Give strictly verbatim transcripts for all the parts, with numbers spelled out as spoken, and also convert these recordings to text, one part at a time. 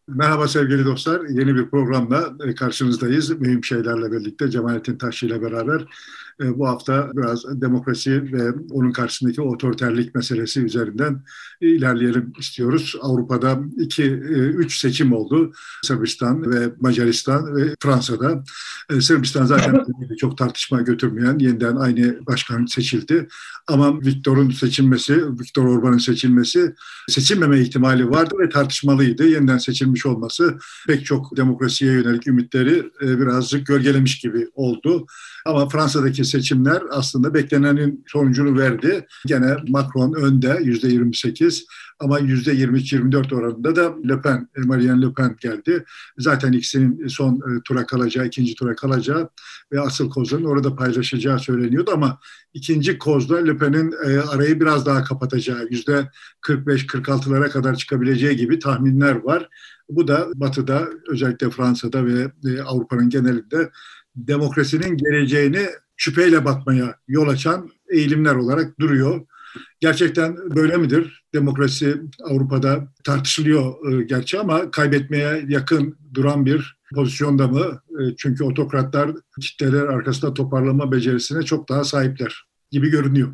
Merhaba sevgili dostlar. Yeni bir programla e, karşınızdayız. Mühim şeylerle birlikte Cemalettin Taşçı ile beraber e, bu hafta biraz demokrasi ve onun karşısındaki otoriterlik meselesi üzerinden ilerleyelim istiyoruz. Avrupa'da iki, e, üç seçim oldu. Sırbistan ve Macaristan ve Fransa'da. E, Sırbistan zaten çok tartışma götürmeyen yeniden aynı başkan seçildi. Ama Viktor'un seçilmesi, Viktor Orban'ın seçilmesi seçilmeme ihtimali vardı ve tartışmalıydı. Yeniden seçilmiş olması pek çok demokrasiye yönelik ümitleri e, birazcık gölgelemiş gibi oldu. Ama Fransa'daki seçimler aslında beklenenin sonucunu verdi. Gene Macron önde yüzde yirmi sekiz ama yüzde yirmi üç yirmi dört oranında da Le Pen, Marine Le Pen geldi. Zaten ikisinin son e, tura kalacağı, ikinci tura kalacağı ve asıl kozların orada paylaşacağı söyleniyordu ama ikinci kozda Le Pen'in e, arayı biraz daha kapatacağı, yüzde kırk beş kırk altılara kadar çıkabileceği gibi tahminler var. Bu da Batı'da, özellikle Fransa'da ve e, Avrupa'nın genelinde demokrasinin geleceğini şüpheyle bakmaya yol açan eğilimler olarak duruyor. Gerçekten böyle midir? Demokrasi Avrupa'da tartışılıyor e, gerçi ama kaybetmeye yakın duran bir pozisyonda mı? E, çünkü otokratlar kitleler arkasında toparlama becerisine çok daha sahipler gibi görünüyor.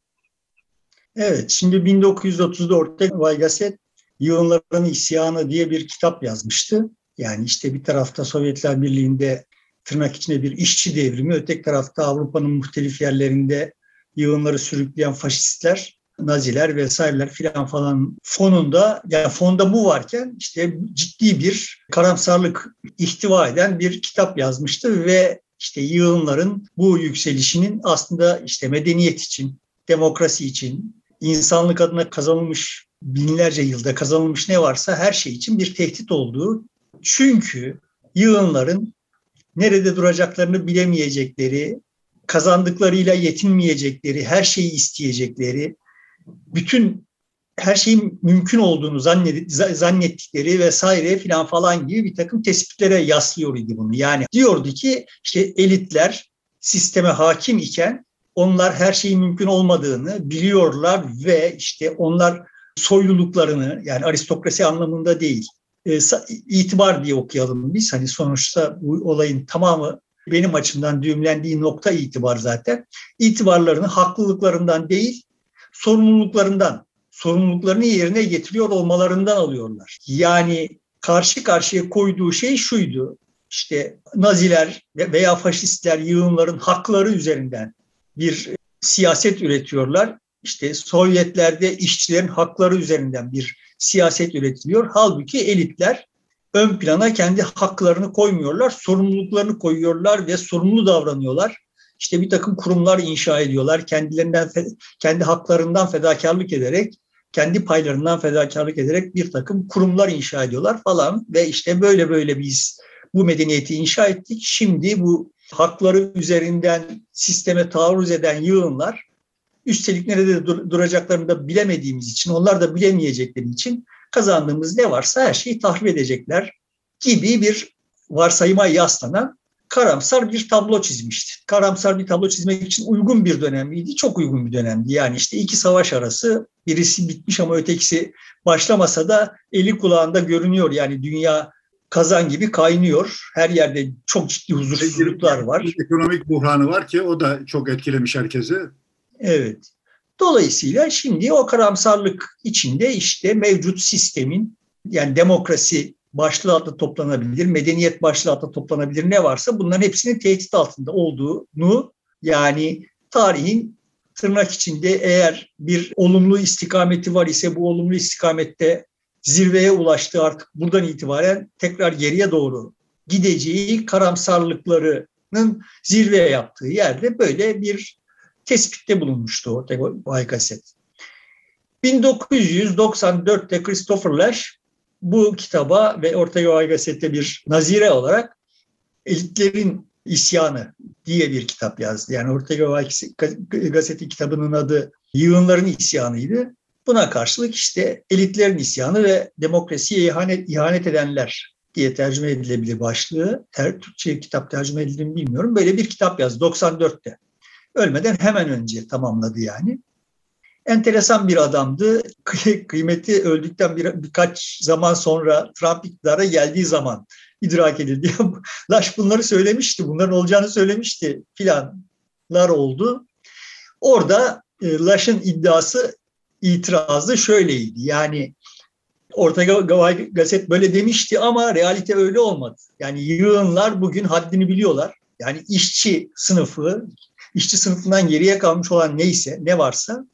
Evet, şimdi bin dokuz yüz otuzda Ortega y Gasset Yığınların İsyanı diye bir kitap yazmıştı. Yani işte bir tarafta Sovyetler Birliği'nde tırnak içinde bir işçi devrimi, öteki tarafta Avrupa'nın muhtelif yerlerinde yığınları sürükleyen faşistler, Naziler vesaireler filan falan fonunda, yani fonda bu varken işte ciddi bir karamsarlık ihtiva eden bir kitap yazmıştı ve işte yığınların bu yükselişinin aslında işte medeniyet için, demokrasi için, insanlık adına kazanılmış, binlerce yılda kazanılmış ne varsa her şey için bir tehdit olduğu. Çünkü yığınların nerede duracaklarını bilemeyecekleri, kazandıklarıyla yetinmeyecekleri, her şeyi isteyecekleri, bütün her şeyin mümkün olduğunu zannettikleri vesaire filan falan gibi bir takım tespitlere yaslıyor idi bunu. Yani diyordu ki işte elitler sisteme hakim iken onlar her şeyin mümkün olmadığını biliyorlar ve işte onlar soyluluklarını, yani aristokrasi anlamında değil, e, itibar diye okuyalım biz. Hani sonuçta bu olayın tamamı benim açımdan düğümlendiği nokta itibar zaten. İtibarlarını haklılıklarından değil, sorumluluklarından, sorumluluklarını yerine getiriyor olmalarından alıyorlar. Yani karşı karşıya koyduğu şey şuydu: İşte Naziler veya faşistler yığınların hakları üzerinden bir siyaset üretiyorlar. İşte Sovyetlerde işçilerin hakları üzerinden bir siyaset üretiliyor. Halbuki elitler ön plana kendi haklarını koymuyorlar, sorumluluklarını koyuyorlar ve sorumlu davranıyorlar. İşte bir takım kurumlar inşa ediyorlar. Kendilerinden, kendi haklarından fedakarlık ederek, kendi paylarından fedakarlık ederek bir takım kurumlar inşa ediyorlar falan. Ve işte böyle böyle biz bu medeniyeti inşa ettik. Şimdi bu hakları üzerinden sisteme taarruz eden yığınlar, üstelik nerede duracaklarını da bilemediğimiz için, onlar da bilemeyecekleri için kazandığımız ne varsa her şeyi tahrip edecekler gibi bir varsayıma yaslanan karamsar bir tablo çizmişti. Karamsar bir tablo çizmek için uygun bir dönem miydi? Çok uygun bir dönemdi. Yani işte iki savaş arası, birisi bitmiş ama ötekisi başlamasa da eli kulağında görünüyor. Yani dünya kazan gibi kaynıyor. Her yerde çok ciddi huzursuzluklar var. Bir ekonomik buhranı var ki o da çok etkilemiş herkesi. Evet. Dolayısıyla şimdi o karamsarlık içinde işte mevcut sistemin, yani demokrasi başlığı altında toplanabilir, medeniyet başlığı altında toplanabilir ne varsa bunların hepsinin tehdit altında olduğunu, yani tarihin tırnak içinde eğer bir olumlu istikameti var ise bu olumlu istikamette zirveye ulaştığı, artık buradan itibaren tekrar geriye doğru gideceği karamsarlıklarının zirveye yaptığı yerde böyle bir tespitte bulunmuştu Ortega y Gasset. bin dokuz yüz doksan dörtte Christopher Lasch bu kitaba ve Ortega y Gasset'te bir nazire olarak Elitlerin İsyanı diye bir kitap yazdı. Yani Ortega y Gasset'in kitabının adı Yığınların İsyanı'ydı. Buna karşılık işte Elitlerin İsyanı ve Demokrasiye ihanet, ihanet edenler diye tercüme edilebilir başlığı. Her Türkçe kitap tercüme edildi mi bilmiyorum. Böyle bir kitap yazdı doksan dörtte. Ölmeden hemen önce tamamladı yani. Enteresan bir adamdı. Kıymeti öldükten bir, birkaç zaman sonra Trump iktidara geldiği zaman idrak edildi. Lasch bunları söylemişti, bunların olacağını söylemişti filanlar oldu. Orada e, Lasch'ın iddiası, itirazı şöyleydi. Yani Ortega y Gasset böyle demişti ama realite öyle olmadı. Yani yığınlar bugün haddini biliyorlar. Yani işçi sınıfı, işçi sınıfından geriye kalmış olan neyse, ne varsa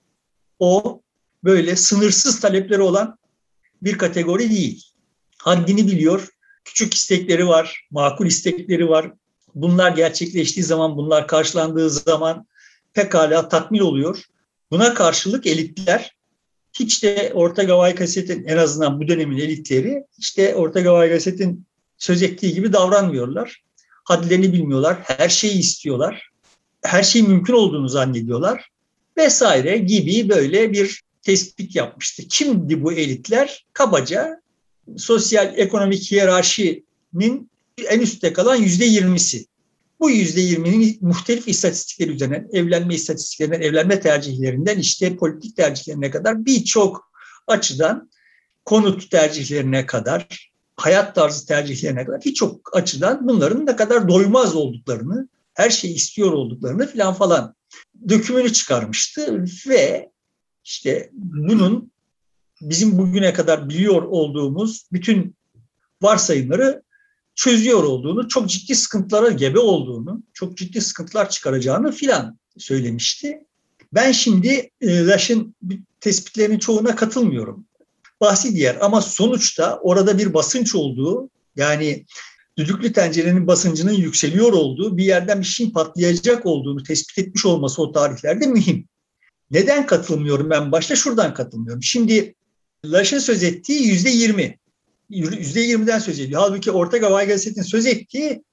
o böyle sınırsız talepleri olan bir kategori değil. Haddini biliyor, küçük istekleri var, makul istekleri var. Bunlar gerçekleştiği zaman, bunlar karşılandığı zaman pekala tatmin oluyor. Buna karşılık elitler, hiç de Ortega y Gasset'in, en azından bu dönemin elitleri, işte Ortega y Gasset'in söz ettiği gibi davranmıyorlar. Hadlerini bilmiyorlar, her şeyi istiyorlar, her şeyin mümkün olduğunu zannediyorlar vesaire gibi böyle bir tespit yapmıştı. Kimdi bu elitler? Kabaca sosyal ekonomik hiyerarşinin en üstte kalan yüzde yirmisi. Bu yüzde yirminin muhtelif istatistikler üzerinden, evlenme istatistiklerinden, evlenme tercihlerinden işte politik tercihlerine kadar birçok açıdan, konut tercihlerine kadar, hayat tarzı tercihlerine kadar birçok açıdan bunların ne kadar doymaz olduklarını, her şeyi istiyor olduklarını filan falan dökümünü çıkarmıştı ve işte bunun bizim bugüne kadar biliyor olduğumuz bütün varsayımları çözüyor olduğunu, çok ciddi sıkıntılara gebe olduğunu, çok ciddi sıkıntılar çıkaracağını filan söylemişti. Ben şimdi e, Lasch'ın tespitlerinin çoğuna katılmıyorum. Bahsi diğer ama sonuçta orada bir basınç olduğu, yani düdüklü tencerenin basıncının yükseliyor olduğu, bir yerden bir şeyin patlayacak olduğunu tespit etmiş olması o tarihlerde mühim. Neden katılmıyorum ben? Başta şuradan katılmıyorum. Şimdi Lasch'ın söz ettiği yüzde yirmi. Yüzde yirmiden söz ediyor. Halbuki Ortega y Gasset'in söz ettiği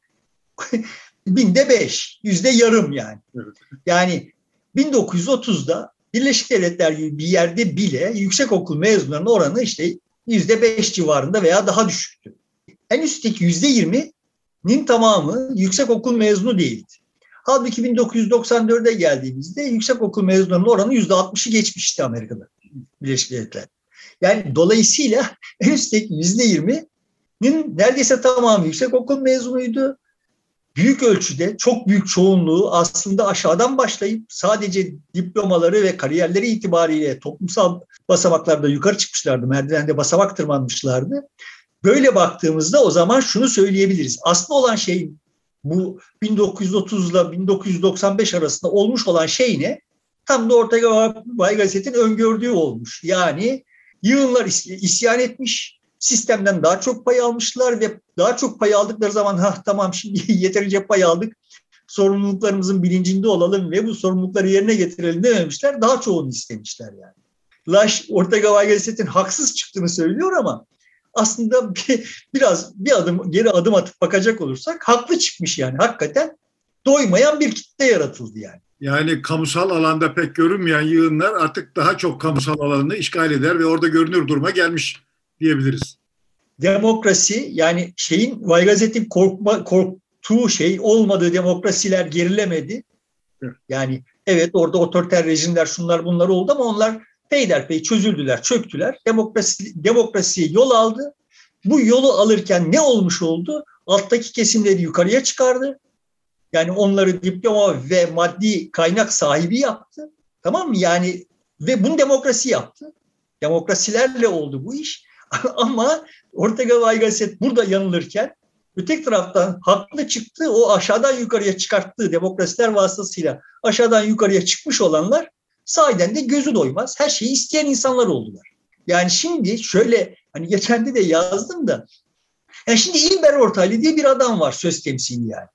binde beş, yüzde yarım yani. Evet. Yani bin dokuz yüz otuzda Birleşik Devletler gibi bir yerde bile yüksekokul mezunlarının oranı işte yüzde beş civarında veya daha düşüktü. En üstteki yüzde yirminin tamamı yüksekokul mezunu değildi. Halbuki bin dokuz yüz doksan dörde geldiğimizde yüksekokul mezunlarının oranı yüzde altmışı geçmişti Amerika'da, Birleşik Devletler. Yani dolayısıyla en üstteki yüzde yirminin neredeyse tamamı yüksekokul mezunuydu. Büyük ölçüde, çok büyük çoğunluğu aslında aşağıdan başlayıp sadece diplomaları ve kariyerleri itibariyle toplumsal basamaklarda yukarı çıkmışlardı. Merdivende basamak tırmanmışlardı. Böyle baktığımızda o zaman şunu söyleyebiliriz. Aslı olan şey bu bin dokuz yüz otuzla bin dokuz yüz doksan beş arasında olmuş olan şey ne? Tam da Ortega y Gasset'in öngördüğü olmuş. Yani yığınlar isyan etmiş, sistemden daha çok pay almışlar ve daha çok pay aldıkları zaman ha tamam şimdi yeterince pay aldık, sorumluluklarımızın bilincinde olalım ve bu sorumlulukları yerine getirelim dememişler, daha çoğunu istemişler yani. Lasch Ortega y Gasset'in haksız çıktığını söylüyor ama aslında bir, biraz bir adım geri adım atıp bakacak olursak haklı çıkmış yani. Hakikaten doymayan bir kitle yaratıldı yani. Yani kamusal alanda pek görünmeyen yığınlar artık daha çok kamusal alanını işgal eder ve orada görünür duruma gelmiş diyebiliriz. Demokrasi, yani şeyin y Gasset'in korkma, korktuğu şey olmadığı demokrasiler gerilemedi. Evet. Yani evet orada otoriter rejimler şunlar bunlar oldu ama onlar peyderpey çözüldüler, çöktüler. Demokrasi, demokrasi yol aldı. Bu yolu alırken ne olmuş oldu? Alttaki kesimleri yukarıya çıkardı. Yani onları diploma ve maddi kaynak sahibi yaptı. Tamam mı? Yani ve bunu demokrasi yaptı. Demokrasilerle oldu bu iş. Ama Ortega y Gasset burada yanılırken öteki taraftan haklı çıktı. O aşağıdan yukarıya çıkarttığı demokrasiler vasıtasıyla aşağıdan yukarıya çıkmış olanlar sahiden de gözü doymaz, her şeyi isteyen insanlar oldular. Yani şimdi şöyle, hani geçen de yazdım da, yani şimdi İlber Ortaylı diye bir adam var, söz temsili yani.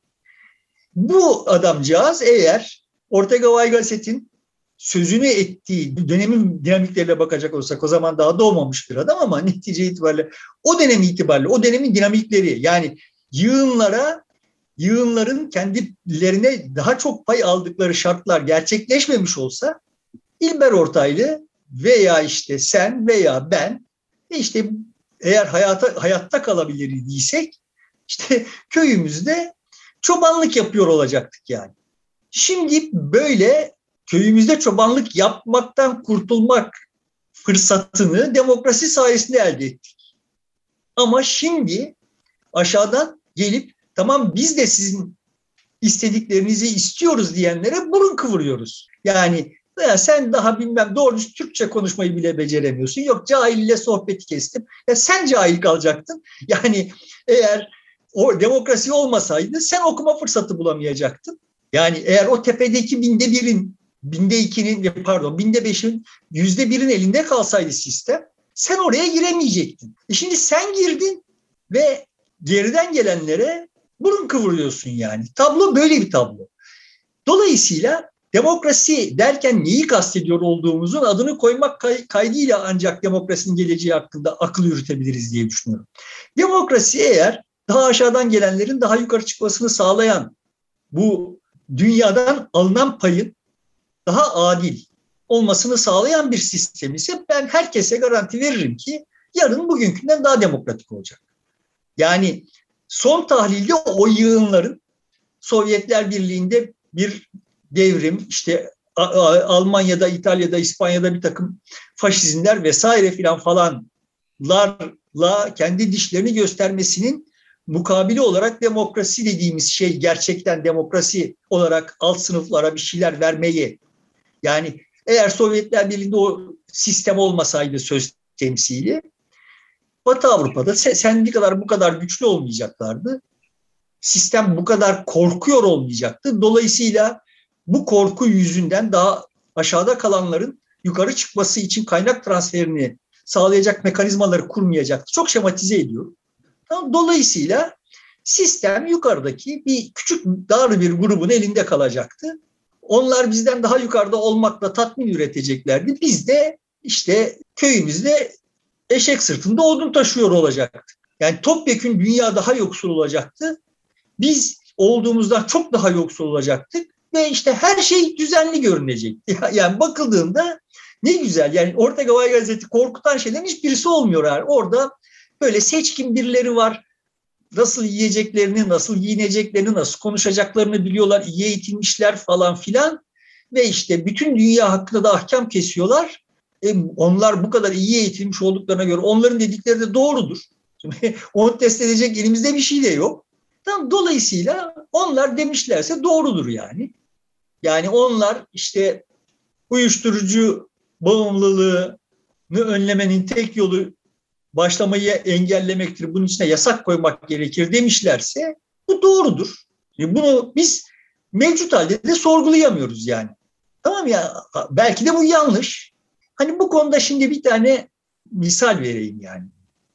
Bu adamcağız eğer Ortega y Gasset'in sözünü ettiği dönemin dinamiklerine bakacak olursak, o zaman daha doğmamış bir adam ama netice itibariyle o dönem itibariyle o dönemin dinamikleri, yani yığınlara, yığınların kendilerine daha çok pay aldıkları şartlar gerçekleşmemiş olsa İlber Ortaylı veya işte sen veya ben işte eğer hayata, hayatta kalabilirdiysek işte köyümüzde çobanlık yapıyor olacaktık yani. Şimdi böyle köyümüzde çobanlık yapmaktan kurtulmak fırsatını demokrasi sayesinde elde ettik. Ama şimdi aşağıdan gelip tamam biz de sizin istediklerinizi istiyoruz diyenlere burun kıvırıyoruz. Yani ya sen daha bilmem doğru düz Türkçe konuşmayı bile beceremiyorsun. Yok cahille sohbeti kestim. Ya sen cahil kalacaktın. Yani eğer o demokrasi olmasaydı sen okuma fırsatı bulamayacaktın. Yani eğer o tepedeki binde birin, binde ikinin pardon binde beşin, yüzde birin elinde kalsaydı sistem sen oraya giremeyecektin. E şimdi sen girdin ve geriden gelenlere burun kıvırıyorsun yani. Tablo böyle bir tablo. Dolayısıyla demokrasi derken neyi kastediyor olduğumuzun adını koymak kay- kaydıyla ancak demokrasinin geleceği hakkında akıl yürütebiliriz diye düşünüyorum. Demokrasi eğer daha aşağıdan gelenlerin daha yukarı çıkmasını sağlayan bu dünyadan alınan payın daha adil olmasını sağlayan bir sistem ise ben herkese garanti veririm ki yarın bugünkünden daha demokratik olacak. Yani son tahlilde o yığınların Sovyetler Birliği'nde bir devrim, işte Almanya'da, İtalya'da, İspanya'da bir takım faşizmler vesaire filan falanlarla kendi dişlerini göstermesinin mukabili olarak demokrasi dediğimiz şey gerçekten demokrasi olarak alt sınıflara bir şeyler vermeyi, yani eğer Sovyetler Birliği'nde o sistem olmasaydı söz temsili, Batı Avrupa'da sendikalar bu kadar güçlü olmayacaklardı. Sistem bu kadar korkuyor olmayacaktı. Dolayısıyla bu korku yüzünden daha aşağıda kalanların yukarı çıkması için kaynak transferini sağlayacak mekanizmaları kurmayacaktı. Çok şematize ediyorum. Dolayısıyla sistem yukarıdaki bir küçük dar bir grubun elinde kalacaktı. Onlar bizden daha yukarıda olmakla tatmin üreteceklerdi. Biz de işte köyümüzde eşek sırtında odun taşıyor olacaktık. Yani topyekün dünya daha yoksul olacaktı. Biz olduğumuzdan çok daha yoksul olacaktık ve işte her şey düzenli görünecekti. Yani bakıldığında ne güzel, yani Ortega y Gasset'i korkutan şeylerin hiçbirisi olmuyor. Yani orada böyle seçkin birileri var. Nasıl yiyeceklerini, nasıl giyineceklerini, nasıl konuşacaklarını biliyorlar, iyi eğitilmişler falan filan. Ve işte bütün dünya hakkında da ahkam kesiyorlar. E, onlar bu kadar iyi eğitilmiş olduklarına göre onların dedikleri de doğrudur. Şimdi onu test edecek elimizde bir şey de yok. Dolayısıyla onlar demişlerse doğrudur yani. Yani onlar işte uyuşturucu bağımlılığı önlemenin tek yolu başlamayı engellemektir, bunun içine yasak koymak gerekir demişlerse bu doğrudur. Bunu biz mevcut halde de sorgulayamıyoruz yani. Tamam ya, belki de bu yanlış. Hani bu konuda şimdi bir tane misal vereyim yani.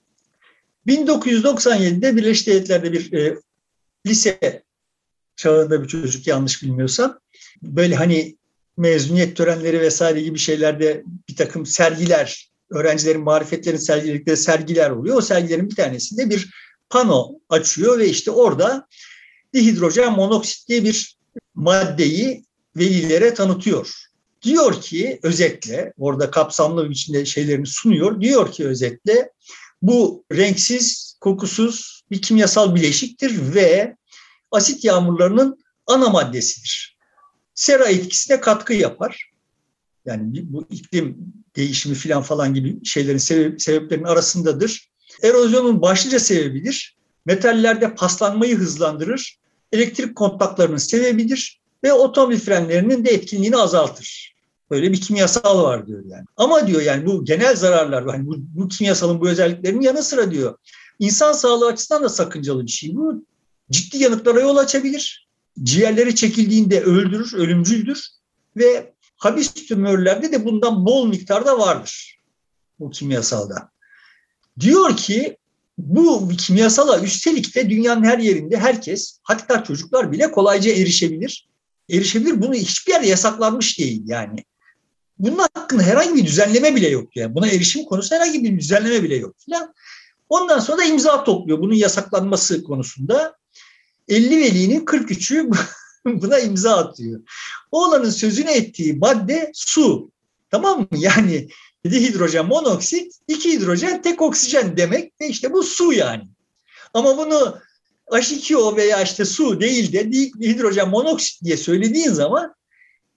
bin dokuz yüz doksan yedide Birleşik Devletler'de bir e, lise çağında bir çocuk, yanlış bilmiyorsam, böyle hani mezuniyet törenleri vesaire gibi şeylerde bir takım sergiler, öğrencilerin marifetlerin sergiledikleri sergiler oluyor. O sergilerin bir tanesinde bir pano açıyor ve işte orada dihidrojen monoksit diye bir maddeyi velilere tanıtıyor. Diyor ki özetle, orada kapsamlı bir biçimde şeylerini sunuyor. Diyor ki özetle, bu renksiz, kokusuz bir kimyasal bileşiktir ve asit yağmurlarının ana maddesidir. Sera etkisine katkı yapar. Yani bu iklim değişimi falan falan gibi şeylerin sebep, sebeplerinin arasındadır. Erozyonun başlıca sebebidir. Metallerde paslanmayı hızlandırır. Elektrik kontaklarının sebebidir ve otomobil frenlerinin de etkinliğini azaltır. Böyle bir kimyasal var diyor yani. Ama diyor yani bu genel zararlar, yani bu, bu kimyasalın bu özelliklerinin yanı sıra diyor, İnsan sağlığı açısından da sakıncalı bir şey bu. Ciddi yanıklara yol açabilir. Ciğerleri çekildiğinde öldürür, ölümcüldür ve habis tümörlerde de bundan bol miktarda vardır bu kimyasalda. Diyor ki bu kimyasala üstelik de dünyanın her yerinde herkes, hatta çocuklar bile kolayca erişebilir. Erişebilir. Bunu hiçbir yerde yasaklanmış değil yani. Bunun hakkında herhangi bir düzenleme bile yok yani. Buna erişim konusunda herhangi bir düzenleme bile yok falan. Ondan sonra da imza topluyor bunun yasaklanması konusunda. elli velinin kırk üçü buna imza atıyor. Oğlanın sözünü ettiği madde su. Tamam mı? Yani dihidrojen monoksit, iki hidrojen, tek oksijen demek ve işte bu su yani. Ama bunu H iki O veya işte su değil de dihidrojen monoksit diye söylediğin zaman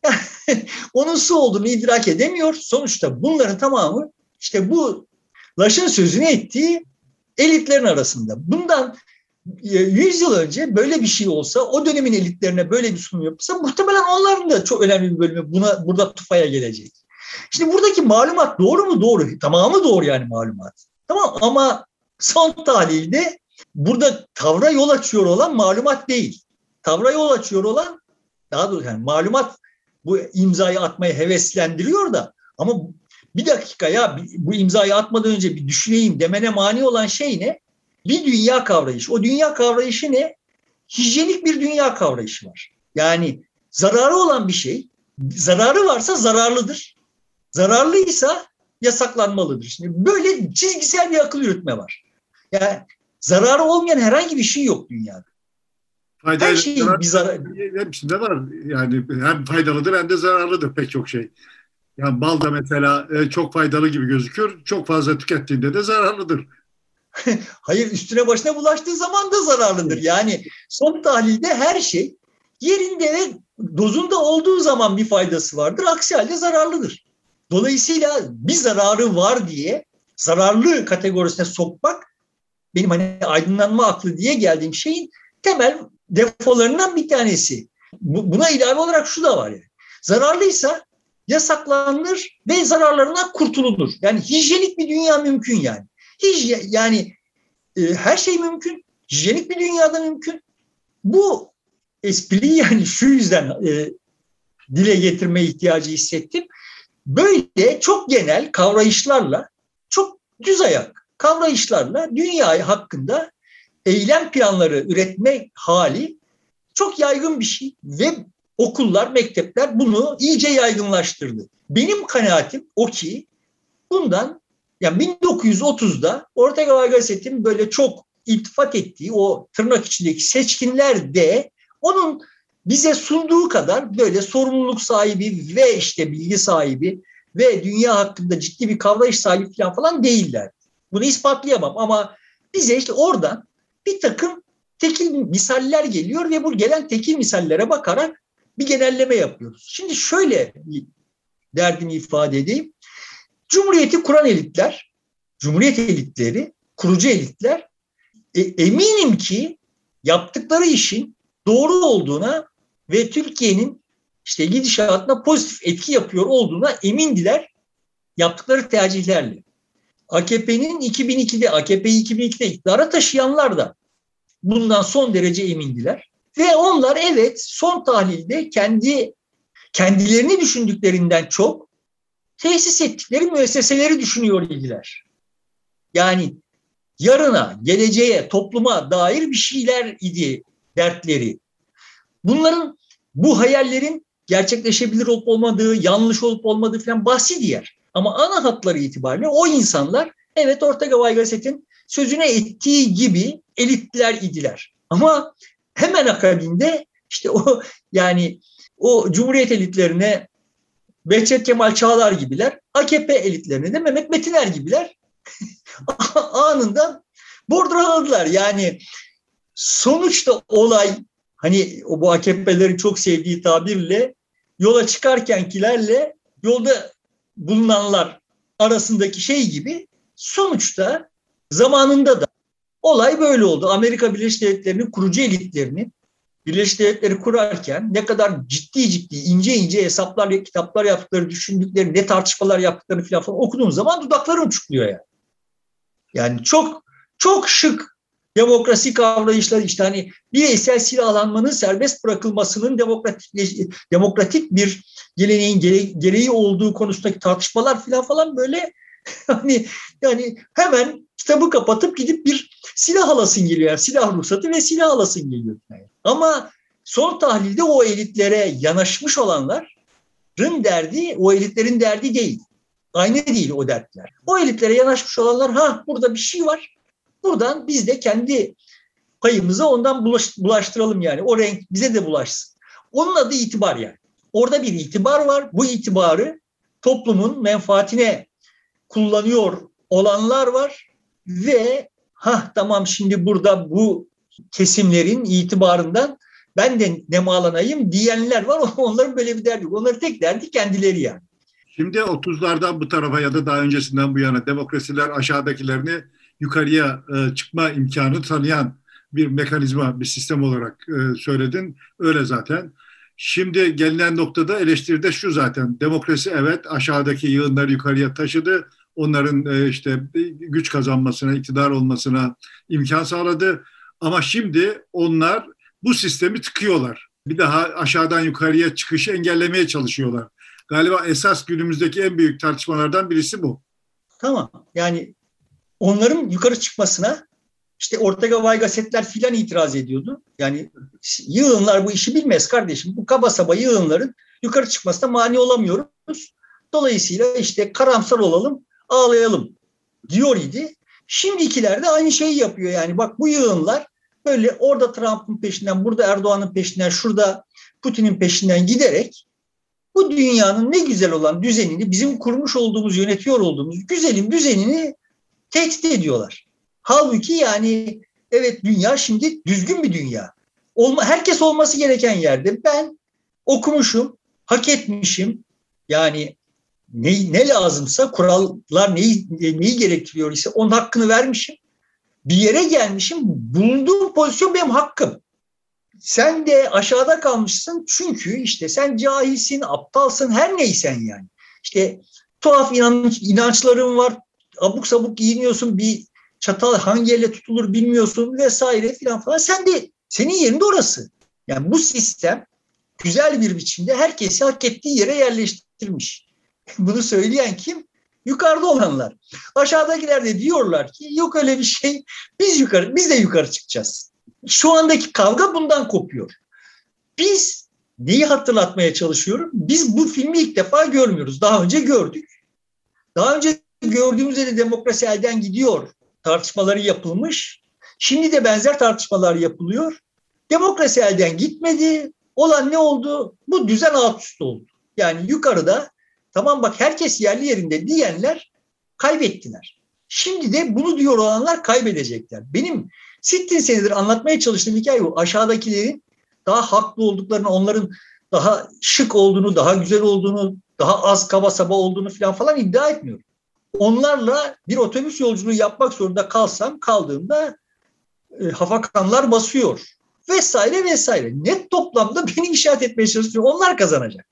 onun su olduğunu idrak edemiyor. Sonuçta bunların tamamı işte bu Laş'ın sözünü ettiği elitlerin arasında. Bundan yüz yıl önce böyle bir şey olsa, o dönemin elitlerine böyle bir sunum yapılsa muhtemelen onların da çok önemli bir bölümü buna burada tufaya gelecek. Şimdi buradaki malumat doğru mu? Doğru. Tamamı doğru yani malumat. Tamam, ama son tahlilde burada tavra yol açıyor olan malumat değil. Tavra yol açıyor olan, daha doğrusu yani malumat bu imzayı atmaya heveslendiriyor da, ama bir dakika ya, bu imzayı atmadan önce bir düşüneyim demene mani olan şey ne? Bir dünya kavrayışı. O dünya kavrayışı ne? Hijyenik bir dünya kavrayışı var. Yani zararı olan bir şey, zararı varsa zararlıdır. Zararlıysa yasaklanmalıdır. Şimdi böyle çizgisel bir akıl yürütme var. Yani zararı olmayan herhangi bir şey yok dünyada. Faydalı, her şeyin zarar, bir zararı. Hepsinde var. Yani hem faydalıdır hem de zararlıdır pek çok şey. Yani bal da mesela çok faydalı gibi gözüküyor. Çok fazla tükettiğinde de zararlıdır. Hayır, üstüne başına bulaştığı zaman da zararlıdır. Yani son tahlilde her şey yerinde ve dozunda olduğu zaman bir faydası vardır. Aksi halde zararlıdır. Dolayısıyla bir zararı var diye zararlı kategorisine sokmak benim hani aydınlanma aklı diye geldiğim şeyin temel defolarından bir tanesi. Buna ilave olarak şu da var yani. Zararlıysa yasaklanır ve zararlarından kurtulunur. Yani hijyenik bir dünya mümkün yani. Hijye, yani e, her şey mümkün. Hijyenik bir dünyada mümkün. Bu espriyi yani şu yüzden e, dile getirme ihtiyacı hissettim. Böyle çok genel kavrayışlarla, çok düz ayak kavrayışlarla dünya hakkında eylem planları üretme hali çok yaygın bir şey ve okullar, mektepler bunu iyice yaygınlaştırdı. Benim kanaatim o ki bundan, yani bin dokuz yüz otuzda Ortega y Gasset'in böyle çok iltifat ettiği o tırnak içindeki seçkinler de onun bize sunduğu kadar böyle sorumluluk sahibi ve işte bilgi sahibi ve dünya hakkında ciddi bir kavrayış sahibi falan falan değiller. Bunu ispatlayamam ama bize işte oradan bir takım tekil misaller geliyor ve bu gelen tekil misallere bakarak bir genelleme yapıyoruz. Şimdi şöyle bir derdimi ifade edeyim. Cumhuriyeti kuran elitler, Cumhuriyet elitleri, kurucu elitler e, eminim ki yaptıkları işin doğru olduğuna ve Türkiye'nin işte gidişatına pozitif etki yapıyor olduğuna emindiler yaptıkları tercihlerle. A K P'nin iki bin ikide, A K P'yi iki bin ikide iktidara taşıyanlar da bundan son derece emindiler. Ve onlar evet son tahlilde kendi kendilerini düşündüklerinden çok tesis ettikleri müesseseleri düşünüyor idiler. Yani yarına, geleceğe, topluma dair bir şeyler idi dertleri. Bunların, bu hayallerin gerçekleşebilir olup olmadığı, yanlış olup olmadığı falan bahsi diğer. Ama ana hatları itibariyle o insanlar evet Ortega y Gasset'in sözüne ettiği gibi elitler idiler. Ama hemen akabinde işte o yani o Cumhuriyet elitlerine Behçet Kemal Çağlar gibiler, A K P elitlerine de Mehmet Metiner gibiler anında borduraladılar. Yani sonuçta olay hani o bu A K P'lerin çok sevdiği tabirle yola çıkarkenkilerle yolda bulunanlar arasındaki şey gibi, sonuçta zamanında da olay böyle oldu. Amerika Birleşik Devletleri'nin kurucu elitlerinin Birleşik Devletleri kurarken ne kadar ciddi ciddi ince ince hesaplar, kitaplar yaptıkları, düşündükleri, ne tartışmalar yaptıklarını falan, falan okuduğun zaman dudaklarım uçukluyor yani. Yani çok çok şık demokrasi kavrayışları, işte hani bireysel silahlanmanın serbest bırakılmasının demokratik demokratik bir geleneğin gereği olduğu konusundaki tartışmalar falan falan böyle hani yani hemen kitabı kapatıp gidip bir silah alasın geliyor. Yani silah ruhsatı ve silah alasın geliyor. Yani. Ama son tahlilde o elitlere yanaşmış olanların derdi, o elitlerin derdi değil. Aynı değil o dertler. O elitlere yanaşmış olanlar, ha burada bir şey var. Buradan biz de kendi payımıza ondan bulaş, bulaştıralım yani. O renk bize de bulaşsın. Onun adı itibar yani. Orada bir itibar var. Bu itibarı toplumun menfaatine kullanıyor olanlar var ve ha tamam şimdi burada bu kesimlerin itibarından ben de nemalanayım diyenler var. Onların böyle bir derdi yok. Onların tek derdi kendileri yani. Şimdi otuzlardan bu tarafa ya da daha öncesinden bu yana demokrasiler aşağıdakilerini yukarıya e, çıkma imkanı tanıyan bir mekanizma, bir sistem olarak e, söyledin. Öyle zaten. Şimdi gelinen noktada eleştiride şu zaten. Demokrasi evet aşağıdaki yığınları yukarıya taşıdı. Onların e, işte güç kazanmasına, iktidar olmasına imkan sağladı. Ama şimdi onlar bu sistemi tıkıyorlar. Bir daha aşağıdan yukarıya çıkışı engellemeye çalışıyorlar. Galiba esas günümüzdeki en büyük tartışmalardan birisi bu. Tamam. Yani onların yukarı çıkmasına işte Ortega Vaygasetler filan itiraz ediyordu. Yani yığınlar bu işi bilmez kardeşim. Bu kaba saba yığınların yukarı çıkmasına mani olamıyoruz. Dolayısıyla işte karamsar olalım, ağlayalım diyor idi. Şimdikiler de aynı şeyi yapıyor. Yani bak bu yığınlar böyle orada Trump'ın peşinden, burada Erdoğan'ın peşinden, şurada Putin'in peşinden giderek bu dünyanın ne güzel olan düzenini, bizim kurmuş olduğumuz, yönetiyor olduğumuz güzelin düzenini tehdit ediyorlar. Halbuki yani evet dünya şimdi düzgün bir dünya. Olma, herkes olması gereken yerde. Ben okumuşum, hak etmişim. Yani ne, ne lazımsa, kurallar neyi, neyi gerektiriyor ise onun hakkını vermişim. Bir yere gelmişim, bulunduğum pozisyon benim hakkım. Sen de aşağıda kalmışsın çünkü işte sen cahilsin, aptalsın, her neysen yani. İşte tuhaf inanç, inançların var, abuk sabuk giyiniyorsun, bir çatal hangi elle tutulur bilmiyorsun vesaire filan falan. Sen de, senin yerinde orası. Yani bu sistem güzel bir biçimde herkesi hak ettiği yere yerleştirmiş. Bunu söyleyen kim? Yukarıda olanlar. Aşağıdakiler de diyorlar ki yok öyle bir şey, biz yukarı, biz de yukarı çıkacağız. Şu andaki kavga bundan kopuyor. Biz neyi hatırlatmaya çalışıyorum? Biz bu filmi ilk defa görmüyoruz. Daha önce gördük. Daha önce gördüğümüzde de demokrasi elden gidiyor tartışmaları yapılmış. Şimdi de benzer tartışmalar yapılıyor. Demokrasi elden gitmedi. Olan ne oldu? Bu düzen alt üst oldu. Yani yukarıda tamam bak herkes yerli yerinde diyenler kaybettiler. Şimdi de bunu diyor olanlar kaybedecekler. Benim sittin senedir anlatmaya çalıştığım hikaye bu. Aşağıdakilerin daha haklı olduklarını, onların daha şık olduğunu, daha güzel olduğunu, daha az kaba saba olduğunu falan falan iddia etmiyorum. Onlarla bir otobüs yolculuğu yapmak zorunda kalsam, kaldığımda e, hafakanlar basıyor. Vesaire vesaire. Net toplamda beni inşaat etmeye çalışıyor. Onlar kazanacak.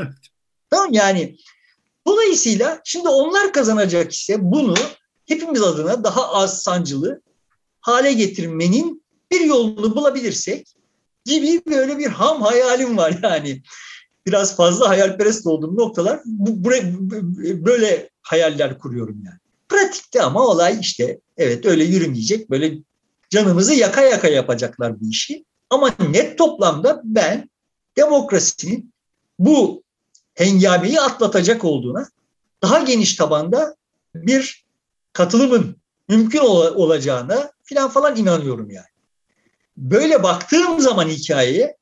Tamam yani. Dolayısıyla şimdi onlar kazanacak ise bunu hepimiz adına daha az sancılı hale getirmenin bir yolunu bulabilirsek gibi böyle bir ham hayalim var yani. Biraz fazla hayalperest olduğum noktalar bu, buraya, böyle hayaller kuruyorum yani. Pratikte ama olay işte evet öyle yürümeyecek, böyle canımızı yaka yaka yapacaklar bu işi. Ama net toplamda ben demokrasinin bu hengameyi atlatacak olduğuna, daha geniş tabanda bir katılımın mümkün ol- olacağına filan falan inanıyorum yani. Böyle baktığım zaman hikayeye,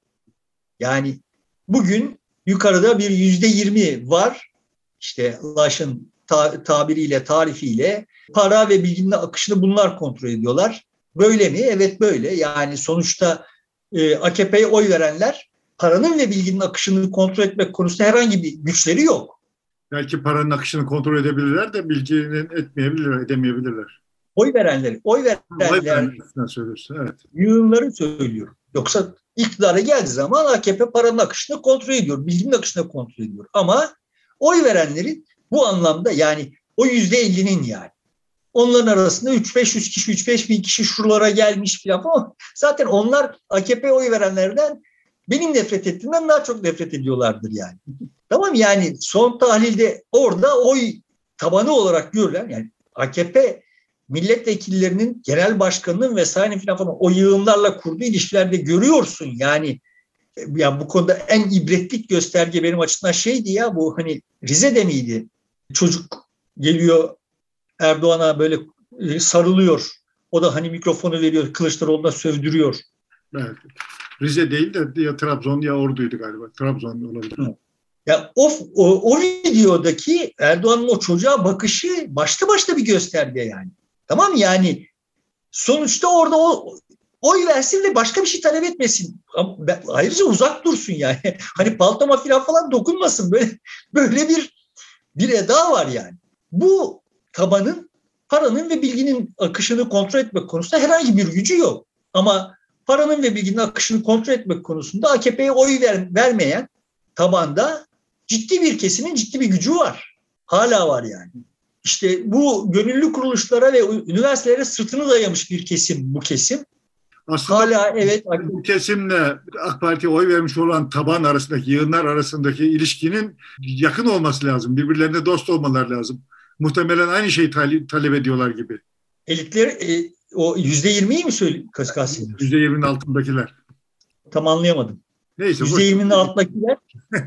yani bugün yukarıda bir yüzde yirmi var. İşte Laş'ın ta- tabiriyle, tarifiyle para ve bilginin akışını bunlar kontrol ediyorlar. Böyle mi? Evet böyle. Yani sonuçta e, A K P'ye oy verenler paranın ve bilginin akışını kontrol etmek konusunda herhangi bir güçleri yok. Belki paranın akışını kontrol edebilirler de bilginin etmeyebilirler, edemeyebilirler. Oy verenleri, oy verenler, Oy verenler söylüyorsun, evet. Yığınları söylüyorum. Yoksa iktidara geldiği zaman A K P paranın akışını kontrol ediyor, bilginin akışını kontrol ediyor. Ama oy verenlerin bu anlamda yani o yüzde ellinin yani. Onların arasında üç beş yüz kişi, üç beş bin kişi şuralara gelmiş falan ama zaten onlar A K P oy verenlerden benim nefret ettiğimden daha çok nefret ediyorlardır yani. Tamam yani son tahlilde orada oy tabanı olarak görülen yani A K P milletvekillerinin, genel başkanının vesaire falan falan o yığınlarla kurduğu ilişkilerde görüyorsun yani. Ya bu konuda en ibretlik gösterge benim açımdan şeydi ya, bu hani Rize'de miydi? Çocuk geliyor Erdoğan'a böyle sarılıyor. O da hani mikrofonu veriyor, Kılıçdaroğlu'na sövdürüyor. Evet. Rize değil de ya Trabzon ya Ordu'ydu galiba. Trabzon olabilir. Hı. Ya o, o, o videodaki Erdoğan'ın o çocuğa bakışı başlı başta bir gösterge yani. Tamam yani sonuçta orada o oy versin ve başka bir şey talep etmesin. Ayrıca uzak dursun yani. Hani paltoma filan falan dokunmasın. Böyle böyle bir bir eda var yani. Bu tabanın paranın ve bilginin akışını kontrol etmek konusunda herhangi bir gücü yok. Ama paranın ve bilginin akışını kontrol etmek konusunda A K P'ye oy ver, vermeyen tabanda ciddi bir kesimin ciddi bir gücü var. Hala var yani. İşte bu gönüllü kuruluşlara ve üniversitelere sırtını dayamış bir kesim bu kesim. Aslında hala evet. Bu kesimle AK Parti'ye oy vermiş olan taban arasındaki, yığınlar arasındaki ilişkinin yakın olması lazım. Birbirlerine dost olmaları lazım. Muhtemelen aynı şeyi talep ediyorlar gibi. Elitler e, o yüzde yirmiyi mi söylüyorsun? Kastediyorsun? Yüzde yirminin altındakiler. Tam anlayamadım. Neyse. Yüzde yirminin altındakiler.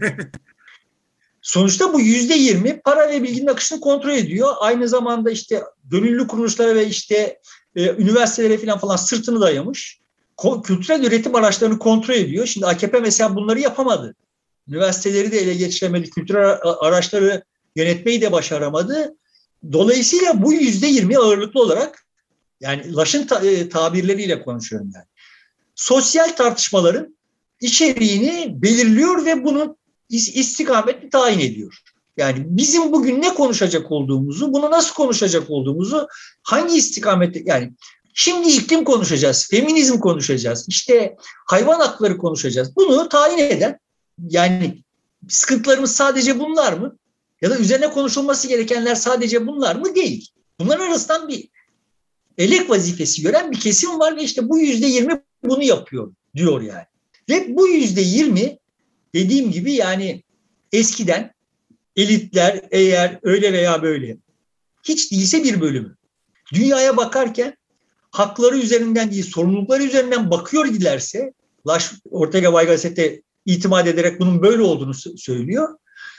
Sonuçta bu yüzde yirmi para ve bilginin akışını kontrol ediyor. Aynı zamanda işte gönüllü kuruluşlara ve işte e, üniversitelere falan falan sırtını dayamış. Ko- kültürel üretim araçlarını kontrol ediyor. Şimdi A K P mesela bunları yapamadı. Üniversiteleri de ele geçiremedi. Kültürel araçları yönetmeyi de başaramadı. Dolayısıyla bu yüzde yirmi ağırlıklı olarak, yani Laş'ın ta- e, tabirleriyle konuşuyorum yani, sosyal tartışmaların içeriğini belirliyor ve bunun istikametini tayin ediyor. Yani bizim bugün ne konuşacak olduğumuzu, bunu nasıl konuşacak olduğumuzu, hangi istikamette, yani şimdi iklim konuşacağız, feminizm konuşacağız, işte hayvan hakları konuşacağız. Bunu tayin eden, yani sıkıntılarımız sadece bunlar mı? Ya da üzerine konuşulması gerekenler sadece bunlar mı? Değil. Bunların arasından bir elek vazifesi gören bir kesim var ve işte bu yüzde yirmi bunu yapıyor diyor yani. Ve bu yüzde yirmi dediğim gibi yani eskiden elitler eğer öyle veya böyle hiç değilse bir bölümü dünyaya bakarken hakları üzerinden değil sorumlulukları üzerinden bakıyor giderse, Laş Ortega y Gasset'e itimat ederek bunun böyle olduğunu söylüyor.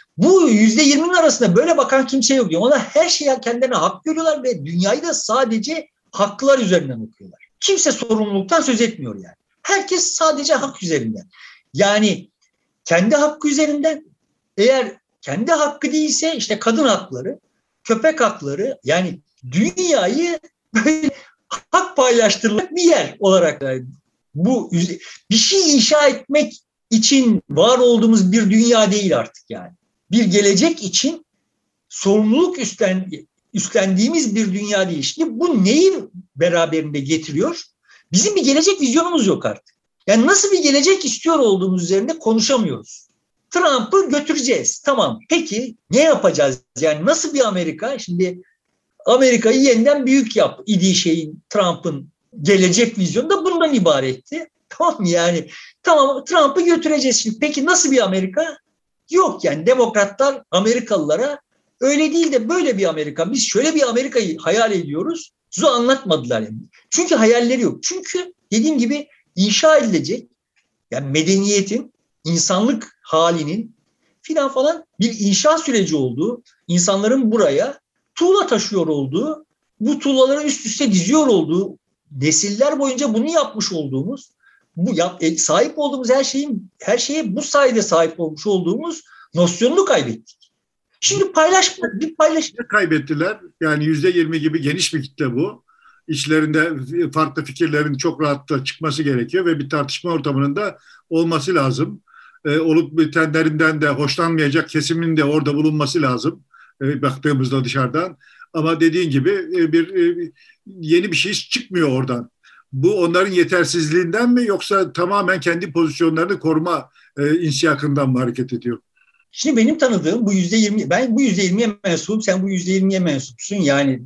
Bu yüzde yirminin arasında böyle bakan kimse yok diyor. Onlar her şeye kendilerine hak görüyorlar ve dünyayı da sadece haklar üzerinden okuyorlar. Kimse sorumluluktan söz etmiyor yani. Herkes sadece hak üzerinden. Yani kendi hakkı üzerinden, eğer kendi hakkı değilse işte kadın hakları, köpek hakları, yani dünyayı böyle hak paylaştırılacak bir yer olarak, yani bu bir şey inşa etmek için var olduğumuz bir dünya değil artık yani. Bir gelecek için sorumluluk üstlen, üstlendiğimiz bir dünya değil. Şimdi bu neyi beraberinde getiriyor? Bizim bir gelecek vizyonumuz yok artık. Yani nasıl bir gelecek istiyor olduğumuz üzerinde konuşamıyoruz. Trump'ı götüreceğiz. Tamam. Peki ne yapacağız? Yani nasıl bir Amerika? Şimdi Amerika'yı yeniden büyük yap idi şeyin, Trump'ın gelecek vizyonu da bundan ibaretti. Tamam mı? Yani tamam, Trump'ı götüreceğiz şimdi. Peki nasıl bir Amerika? Yok yani demokratlar Amerikalılara öyle değil de böyle bir Amerika, biz şöyle bir Amerika'yı hayal ediyoruz. Size anlatmadılar yani. Çünkü hayalleri yok. Çünkü dediğim gibi inşa edilecek, yani medeniyetin, insanlık halinin filan falan bir inşa süreci olduğu, insanların buraya tuğla taşıyor olduğu, bu tuğlaları üst üste diziyor olduğu, nesiller boyunca bunu yapmış olduğumuz, bu yap, sahip olduğumuz her şeyin her şeye bu sayede sahip olmuş olduğumuz nosyonunu kaybettik. Şimdi paylaşma, bir paylaş. Kaybettiler. Yani yüzde yirmi gibi geniş bir kitle bu. İçlerinde farklı fikirlerin çok rahatlıkla çıkması gerekiyor ve bir tartışma ortamının da olması lazım. E, olup bitenlerinden de hoşlanmayacak kesimin de orada bulunması lazım. E, baktığımızda dışarıdan. Ama dediğin gibi e, bir e, yeni bir şey çıkmıyor oradan. Bu onların yetersizliğinden mi yoksa tamamen kendi pozisyonlarını koruma e, insiyakından mı hareket ediyor? Şimdi benim tanıdığım bu yüzde yirmi, ben bu yüzde yirmiye mensubum, sen bu yüzde yirmiye mensupsun. Yani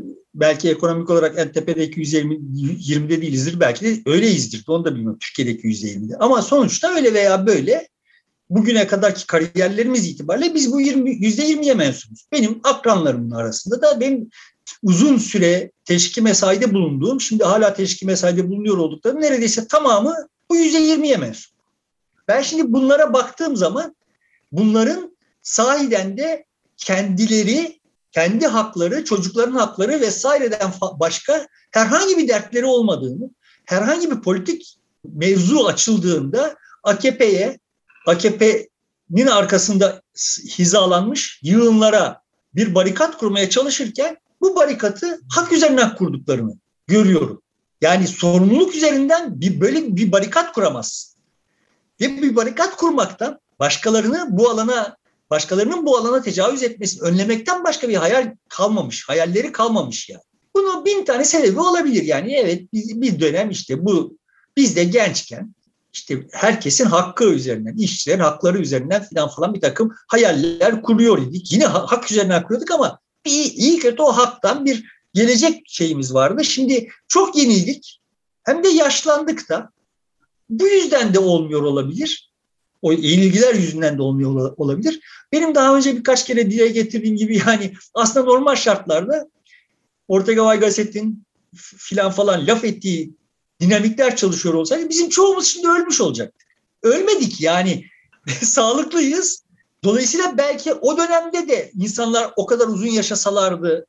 belki ekonomik olarak en tepedeki yüzde yirmide değilizdir, belki de öyleyizdir. Onu da bilmiyorum, Türkiye'deki yüzde yirmide. Ama sonuçta öyle veya böyle bugüne kadarki kariyerlerimiz itibariyle biz bu yüzde yirmiye mensubuz. Benim akranlarımın arasında da benim uzun süre teşviki mesaide bulunduğum, şimdi hala teşviki mesaide bulunuyor olduklarım neredeyse tamamı bu yüzde yirmiye mensup. Ben şimdi bunlara baktığım zaman bunların sahiden de kendileri, kendi hakları, çocukların hakları vesaireden başka herhangi bir dertleri olmadığını, herhangi bir politik mevzu açıldığında A K P'ye, A K P'nin arkasında hizalanmış yığınlara bir barikat kurmaya çalışırken bu barikatı hak üzerinden kurduklarını görüyorum. Yani sorumluluk üzerinden bir böyle bir barikat kuramazsın. Ve bir barikat kurmaktan başkalarını bu alana, başkalarının bu alana tecavüz etmesini önlemekten başka bir hayal kalmamış, hayalleri kalmamış yani. Bunun bin tane sebebi olabilir yani. Evet, bir dönem işte bu, biz de gençken işte herkesin hakkı üzerinden, işçilerin hakları üzerinden falan falan bir takım hayaller kuruyor idik. Yine hak üzerinden kuruyorduk ama bir, iyi kötü o haktan bir gelecek şeyimiz vardı. Şimdi çok yenildik, hem de yaşlandık da. Bu yüzden de olmuyor olabilir. O yenilgiler yüzünden de olmuyor olabilir. Benim daha önce birkaç kere dile getirdiğim gibi yani aslında normal şartlarda Ortega y Gasset'in filan falan laf ettiği dinamikler çalışıyor olsaydı bizim çoğumuz şimdi ölmüş olacaktık. Ölmedik yani. Sağlıklıyız. Dolayısıyla belki o dönemde de insanlar o kadar uzun yaşasalardı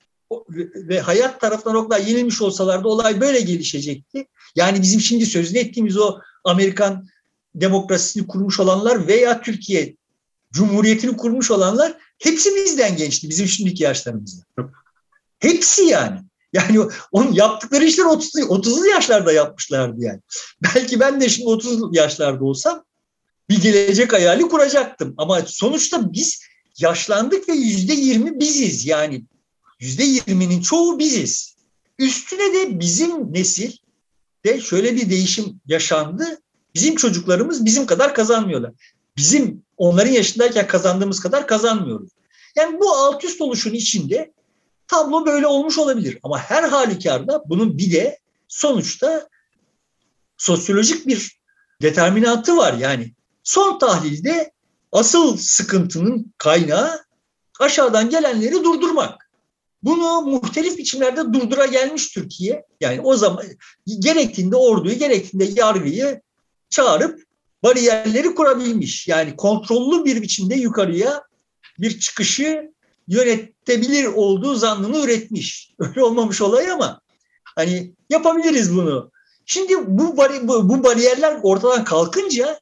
ve hayat tarafından o kadar yenilmiş olsalardı olay böyle gelişecekti. Yani bizim şimdi sözünü ettiğimiz o Amerikan demokrasisini kurmuş olanlar veya Türkiye Cumhuriyeti'ni kurmuş olanlar hepsi bizden gençti, bizim şimdiki yaşlarımızda. Hepsi yani. Yani onun yaptıkları işler otuzlu, otuzlu yaşlarda yapmışlardı yani. Belki ben de şimdi otuz yaşlarda olsam bir gelecek hayali kuracaktım. Ama sonuçta biz yaşlandık ve yüzde yirmi biziz yani. Yüzde yirminin çoğu biziz. Üstüne de bizim nesil de şöyle bir değişim yaşandı. Bizim çocuklarımız bizim kadar kazanmıyorlar. Bizim onların yaşındayken kazandığımız kadar kazanmıyoruz. Yani bu alt üst oluşun içinde tablo böyle olmuş olabilir. Ama her halükarda bunun bir de sonuçta sosyolojik bir determinantı var. Yani son tahlilde asıl sıkıntının kaynağı aşağıdan gelenleri durdurmak. Bunu muhtelif biçimlerde durdura gelmiş Türkiye. Yani o zaman gerektiğinde orduyu, gerektiğinde yargıyı çağırıp bariyerleri kurabilmiş. Yani kontrollü bir biçimde yukarıya bir çıkışı yönetebilir olduğu zannını üretmiş. Öyle olmamış olay ama hani yapabiliriz bunu. Şimdi bu, bari, bu, bu bariyerler ortadan kalkınca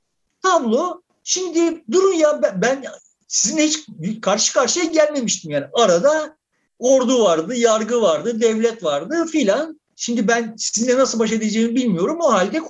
tablo, şimdi durun ya ben, ben sizinle hiç karşı karşıya gelmemiştim yani. Arada ordu vardı, yargı vardı, devlet vardı filan. Şimdi ben sizinle nasıl baş edeceğimi bilmiyorum. O halde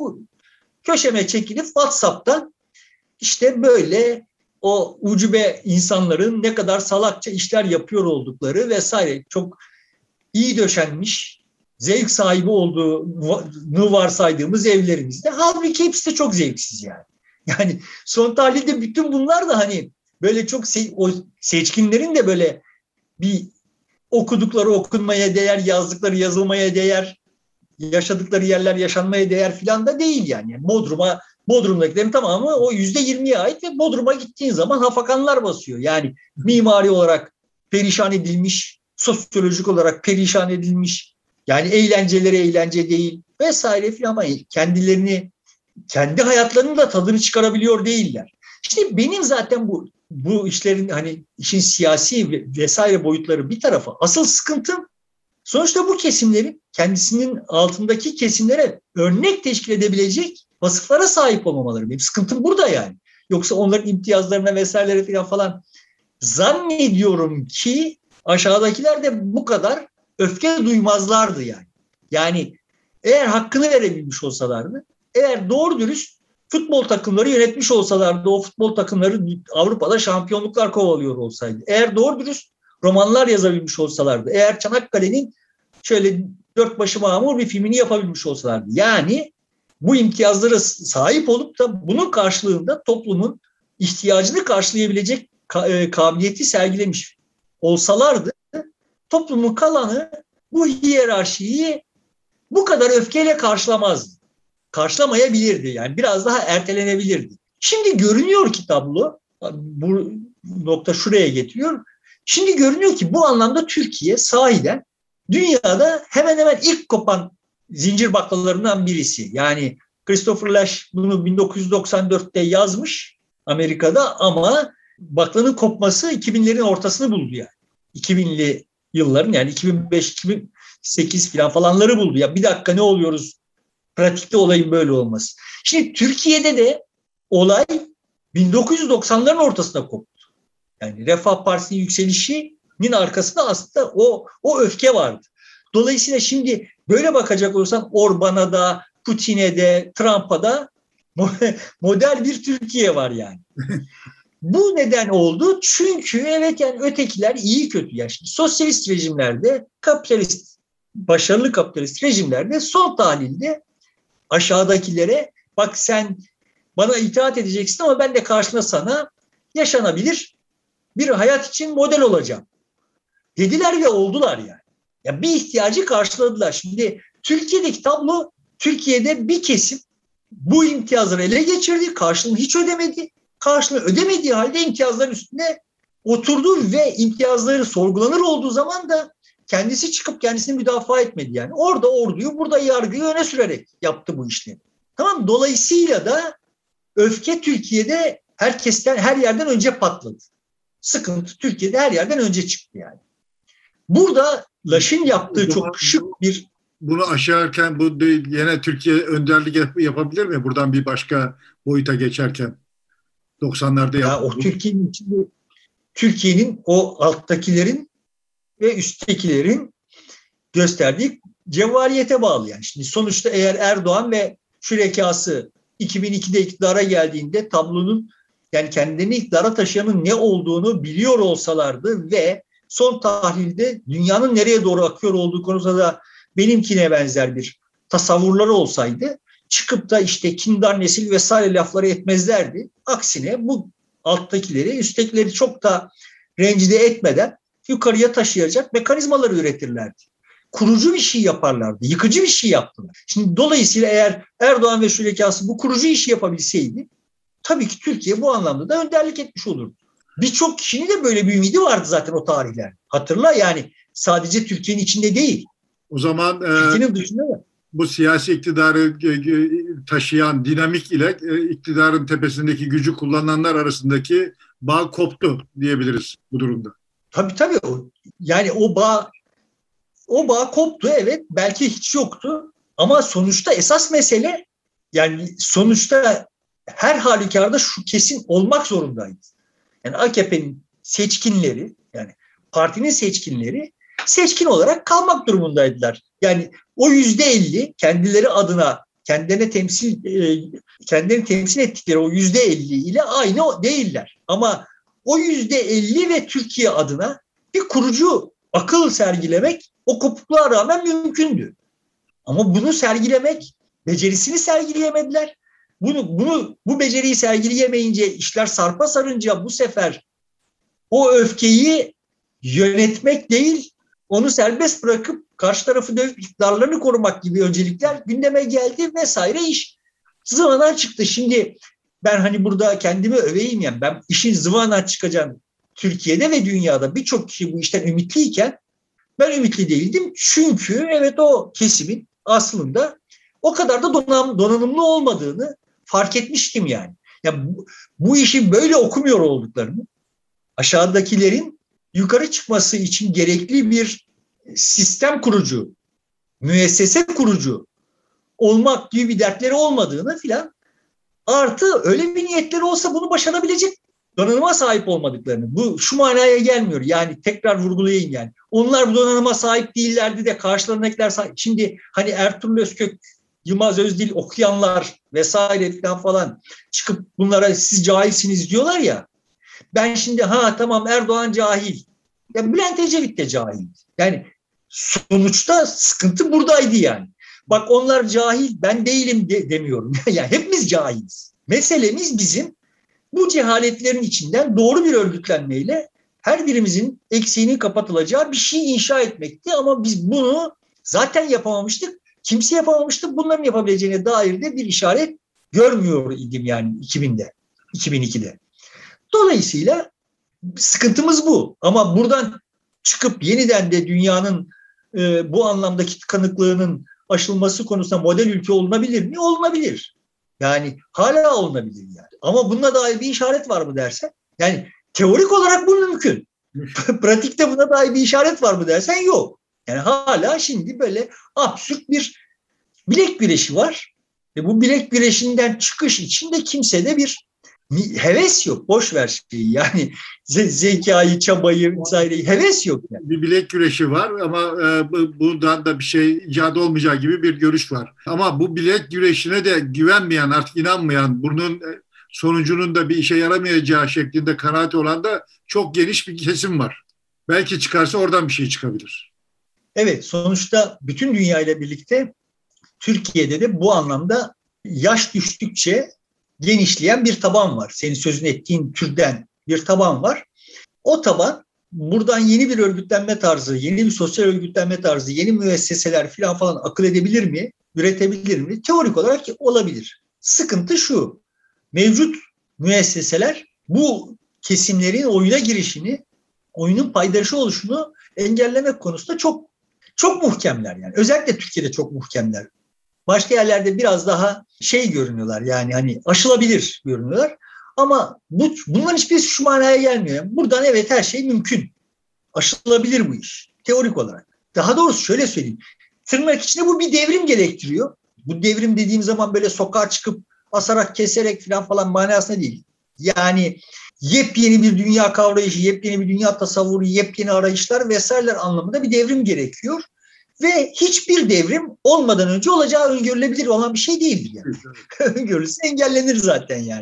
köşeme çekilip WhatsApp'tan işte böyle o ucube insanların ne kadar salakça işler yapıyor oldukları vesaire çok iyi döşenmiş, zevk sahibi olduğunu varsaydığımız evlerimizde. Halbuki hepsi de çok zevksiz yani. Yani son tahlilde bütün bunlar da hani böyle çok se- o seçkinlerin de böyle bir okudukları okunmaya değer, yazdıkları yazılmaya değer, yaşadıkları yerler yaşanmaya değer filan da değil yani. Yani Bodrum'a, Bodrum'dakilerin tamamı o yüzde yirmiye ait ve Bodrum'a gittiğin zaman hafakanlar basıyor. Yani mimari olarak perişan edilmiş, sosyolojik olarak perişan edilmiş, yani eğlenceleri eğlence değil vesaire filan ama kendilerini, kendi hayatlarının da tadını çıkarabiliyor değiller. İşte benim zaten bu bu işlerin hani işin siyasi vesaire boyutları bir tarafa, asıl sıkıntım sonuçta bu kesimlerin kendisinin altındaki kesimlere örnek teşkil edebilecek vasıflara sahip olmamaları. Benim sıkıntım burada yani. Yoksa onların imtiyazlarına vesairelere falan falan zannediyorum ki aşağıdakiler de bu kadar öfke duymazlardı yani. Yani eğer hakkını verebilmiş olsalardı, eğer doğru dürüst futbol takımları yönetmiş olsalardı, o futbol takımları Avrupa'da şampiyonluklar kovalıyor olsaydı, eğer doğru dürüst romanlar yazabilmiş olsalardı, eğer Çanakkale'nin şöyle dört başı mamur bir filmini yapabilmiş olsalardı, yani bu imtiyazlara sahip olup da bunun karşılığında toplumun ihtiyacını karşılayabilecek kabiliyeti sergilemiş olsalardı, toplumun kalanı bu hiyerarşiyi bu kadar öfkeyle karşılamazdı. Karşılamayabilirdi yani, biraz daha ertelenebilirdi. Şimdi görünüyor ki tablo, bu nokta şuraya getiriyor. Şimdi görünüyor ki bu anlamda Türkiye sahiden dünyada hemen hemen ilk kopan zincir baklalarından birisi. Yani Christopher Lasch bunu bin dokuz yüz doksan dörtte yazmış Amerika'da ama baklanın kopması iki binlerin ortasını buldu yani. iki binli yılların yani iki bin beş iki bin sekiz falan falanları buldu. Ya bir dakika ne oluyoruz? Pratikte olayın böyle olması. Şimdi Türkiye'de de olay bin dokuz yüz doksanların ortasında koptu. Yani Refah Partisi'nin yükselişinin arkasında aslında o o öfke vardı. Dolayısıyla şimdi Böyle bakacak olursan Orban'a da, Putin'e de, Trump'a da model bir Türkiye var yani. Bu neden oldu? Çünkü evet yani ötekiler iyi kötü. Yani şimdi sosyalist rejimlerde, kapitalist, başarılı kapitalist rejimlerde son tahlilde aşağıdakilere bak sen bana itaat edeceksin ama ben de karşına sana yaşanabilir bir hayat için model olacağım dediler ve oldular yani. Ya bir ihtiyacı karşıladılar. Şimdi Türkiye'deki tablo, Türkiye'de bir kesim bu imtiyazları ele geçirdi, karşılığını hiç ödemedi. Karşılığını ödemediği halde imtiyazların üstüne oturdu ve imtiyazları sorgulanır olduğu zaman da kendisi çıkıp kendisini müdafaa etmedi yani. Orada orduyu, burada yargıyı öne sürerek yaptı bu işlemi. Tamam, dolayısıyla da öfke Türkiye'de herkesten, her yerden önce patladı. Sıkıntı Türkiye'de her yerden önce çıktı yani. Burada Laş'ın yaptığı çok şık bir... Bunu aşarken bu değil, yine Türkiye önderlik yap- yapabilir mi? Buradan bir başka boyuta geçerken. doksanlarda ya o Türkiye'nin içinde Türkiye'nin o alttakilerin ve üsttekilerin gösterdiği cevvaliyete bağlı yani. Şimdi sonuçta eğer Erdoğan ve şürekası iki bin ikide iktidara geldiğinde tablonun yani kendilerini iktidara taşıyanın ne olduğunu biliyor olsalardı ve son tahlilde dünyanın nereye doğru akıyor olduğu konusunda da benimkine benzer bir tasavvurları olsaydı çıkıp da işte kindar nesil vesaire lafları etmezlerdi. Aksine bu alttakileri, üsttekileri çok da rencide etmeden yukarıya taşıyacak mekanizmaları üretirlerdi. Kurucu bir şey yaparlardı, yıkıcı bir şey yaptılar. Şimdi dolayısıyla eğer Erdoğan ve şürekası bu kurucu işi yapabilseydi tabii ki Türkiye bu anlamda da önderlik etmiş olurdu. Birçok kişinin de böyle bir ümidi vardı zaten o tarihler. Hatırla yani sadece Türkiye'nin içinde değil. O zaman Türkiye'nin dışında da. Bu siyasi iktidarı taşıyan dinamik ile iktidarın tepesindeki gücü kullananlar arasındaki bağ koptu diyebiliriz bu durumda. Tabii tabii. Yani o bağ o bağ koptu evet. Belki hiç yoktu. Ama sonuçta esas mesele yani sonuçta her halükarda şu kesin olmak zorundaydı. Yani A K P'nin seçkinleri yani partinin seçkinleri seçkin olarak kalmak durumundaydılar. Yani o yüzde elli kendileri adına kendilerine temsil e, kendilerini temsil ettikleri o yüzde elli ile aynı değiller. Ama o yüzde elli ve Türkiye adına bir kurucu akıl sergilemek o kopukluğa rağmen mümkündü. Ama bunu sergilemek, becerisini sergileyemediler. Bunu, bunu bu beceriyi sergileyemeyince işler sarpa sarınca bu sefer o öfkeyi yönetmek değil, onu serbest bırakıp karşı tarafı dövüp iktidarlarını korumak gibi öncelikler gündeme geldi vesaire iş zıvanadan çıktı. Şimdi ben hani burada kendimi öveyim yani ben işin zıvanadan çıkacağını Türkiye'de ve dünyada birçok kişi bu işten ümitliyken ben ümitli değildim. Çünkü evet o kesimin aslında o kadar da donanım, donanımlı olmadığını fark etmiştim yani. Ya bu, bu işi böyle okumuyor olduklarını, aşağıdakilerin yukarı çıkması için gerekli bir sistem kurucu, müessese kurucu olmak gibi bir dertleri olmadığını filan artı öyle bir niyetleri olsa bunu başarabilecek donanıma sahip olmadıklarını. Bu şu manaya gelmiyor. Yani tekrar vurgulayayım yani. Onlar bu donanıma sahip değillerdi de karşılarındakiler sahip. Şimdi hani Ertuğrul Özkök, Yılmaz Özdil okuyanlar vesaire falan falan çıkıp bunlara siz cahilsiniz diyorlar ya. Ben şimdi ha tamam Erdoğan cahil. Ya Bülent Ecevit de cahil. Yani sonuçta sıkıntı buradaydı yani. Bak onlar cahil, ben değilim de, demiyorum. Yani hepimiz cahiliz. Meselemiz bizim bu cehaletlerin içinden doğru bir örgütlenmeyle her birimizin eksiğini kapatılacağı bir şey inşa etmekti. Ama biz bunu zaten yapamamıştık. Kimse yapamamıştı. Bunların yapabileceğine dair de bir işaret görmüyor idim yani iki binde, iki bin ikide. Dolayısıyla sıkıntımız bu. Ama buradan çıkıp yeniden de dünyanın e, bu anlamdaki tıkanıklığının aşılması konusunda model ülke olunabilir mi? Olunabilir. Yani hala olunabilir yani. Ama bununla dair bir işaret var mı dersen? Yani teorik olarak bu mümkün. Pratikte buna dair bir işaret var mı dersen yok. Yani hala şimdi böyle absürt bir bilek güreşi var. Ve bu bilek güreşinden çıkış için de kimsede bir Heves yok. Boş ver şeyi. Yani ze- zekayı, çabayı vesaireyi heves yok. Yani. Bir bilek güreşi var ama e, bundan da bir şey icat olmayacağı gibi bir görüş var. Ama bu bilek güreşine de güvenmeyen, artık inanmayan, bunun sonucunun da bir işe yaramayacağı şeklinde kanaati olan da çok geniş bir kesim var. Belki çıkarsa oradan bir şey çıkabilir. Evet, sonuçta bütün dünya ile birlikte Türkiye'de de bu anlamda yaş düştükçe genişleyen bir taban var. Senin sözünü ettiğin türden bir taban var. O taban buradan yeni bir örgütlenme tarzı, yeni bir sosyal örgütlenme tarzı, yeni müesseseler falan falan akıl edebilir mi? Üretebilir mi? Teorik olarak olabilir. Sıkıntı şu: mevcut müesseseler bu kesimlerin oyuna girişini, oyunun paydaşı oluşunu engellemek konusunda çok çok muhkemler yani. Özellikle Türkiye'de çok muhkemler. Başka yerlerde biraz daha şey görünüyorlar, yani hani aşılabilir görünüyorlar. Ama bu, bunların hiçbirisi şu manaya gelmiyor. Yani buradan evet her şey mümkün. Aşılabilir bu iş teorik olarak. Daha doğrusu şöyle söyleyeyim. Tırnak içinde bu bir devrim gerektiriyor. Bu devrim dediğim zaman böyle sokağa çıkıp asarak, keserek falan falan manasında değil. Yani yepyeni bir dünya kavrayışı, yepyeni bir dünya tasavvuru, yepyeni arayışlar vesaireler anlamında bir devrim gerekiyor. Ve hiçbir devrim olmadan önce olacağı öngörülebilir olan bir şey değildir yani. Öngörülse engellenir zaten yani.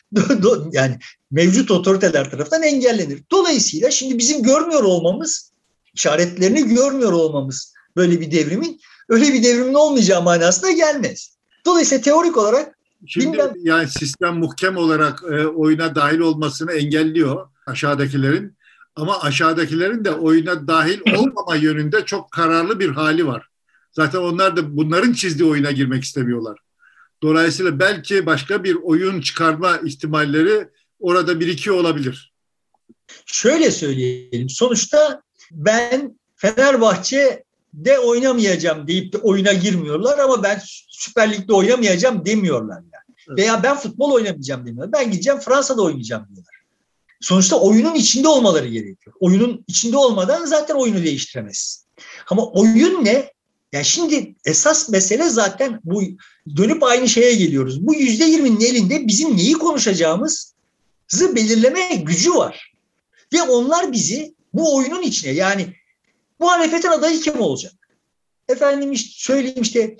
Yani mevcut otoriteler tarafından engellenir. Dolayısıyla şimdi bizim görmüyor olmamız, işaretlerini görmüyor olmamız böyle bir devrimin, öyle bir devrimin olmayacağı manasına gelmez. Dolayısıyla teorik olarak Şimdi bilmem, yani sistem muhkem olarak e, oyuna dahil olmasını engelliyor aşağıdakilerin. Ama aşağıdakilerin de oyuna dahil olmama yönünde çok kararlı bir hali var. Zaten onlar da bunların çizdiği oyuna girmek istemiyorlar. Dolayısıyla belki başka bir oyun çıkarma ihtimalleri orada birikiyor olabilir. şöyle söyleyelim. Sonuçta ben Fenerbahçe'de oynamayacağım deyip de oyuna girmiyorlar ama ben Süper Lig'de oynamayacağım demiyorlar yani. Evet. Veya ben futbol oynamayacağım demiyorlar. Ben gideceğim Fransa'da oynayacağım diyorlar. Sonuçta oyunun içinde olmaları gerekiyor. Oyunun içinde olmadan zaten oyunu değiştiremezsin. Ama oyun ne? Yani şimdi esas mesele zaten bu, dönüp aynı şeye geliyoruz. Bu yüzde yirminin elinde bizim neyi konuşacağımızı belirleme gücü var. Ve onlar bizi bu oyunun içine, yani muhalefetin adayı kim olacak? Efendim işte söyleyeyim işte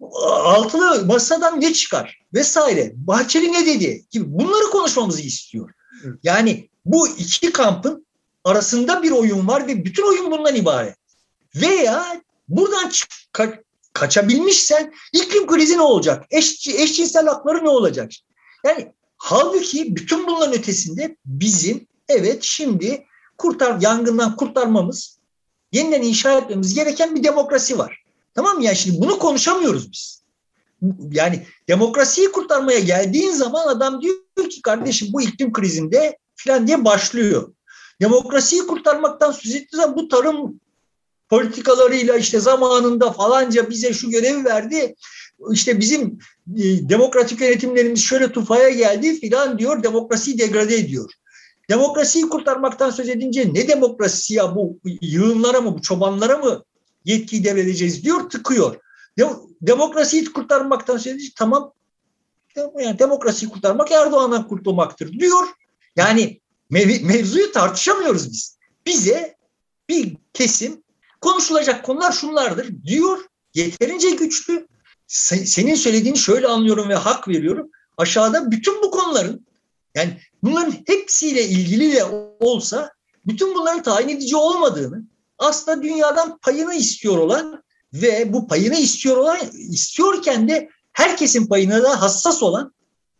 altılı masadan ne çıkar vesaire. Bahçeli ne dedi gibi bunları konuşmamızı istiyor. Yani bu iki kampın arasında bir oyun var ve bütün oyun bundan ibaret. Veya buradan ka- kaçabilmişsen iklim krizi ne olacak? Eş, eşcinsel hakları ne olacak? Yani halbuki bütün bunların ötesinde bizim evet şimdi kurtar, yangından kurtarmamız, yeniden inşa etmemiz gereken bir demokrasi var. Tamam mı? Yani şimdi bunu konuşamıyoruz biz. Yani demokrasiyi kurtarmaya geldiğin zaman adam diyor ki kardeşim bu iklim krizinde falan diye başlıyor. Demokrasiyi kurtarmaktan söz ettiği zaman bu tarım politikalarıyla işte zamanında falanca bize şu görevi verdi. İşte bizim e, demokratik yönetimlerimiz şöyle tufaya geldi filan diyor, demokrasiyi degrade ediyor. Demokrasiyi kurtarmaktan söz edince ne demokrasi ya, bu yığınlara mı, bu çobanlara mı yetkiyi devredeceğiz diyor, tıkıyor. Demokrasiyi kurtarmaktan söz edince tamam, yani demokrasiyi kurtarmak Erdoğan'dan kurtulmaktır diyor. Yani mev- mevzuyu tartışamıyoruz biz. Bize bir kesim konuşulacak konular şunlardır diyor. Yeterince güçlü. Senin söylediğini şöyle anlıyorum ve hak veriyorum. Aşağıda bütün bu konuların, yani bunların hepsiyle ilgili de olsa bütün bunların tayin edici olmadığını, aslında dünyadan payını istiyor olan ve bu payını istiyor olan, istiyorken de herkesin payına da hassas olan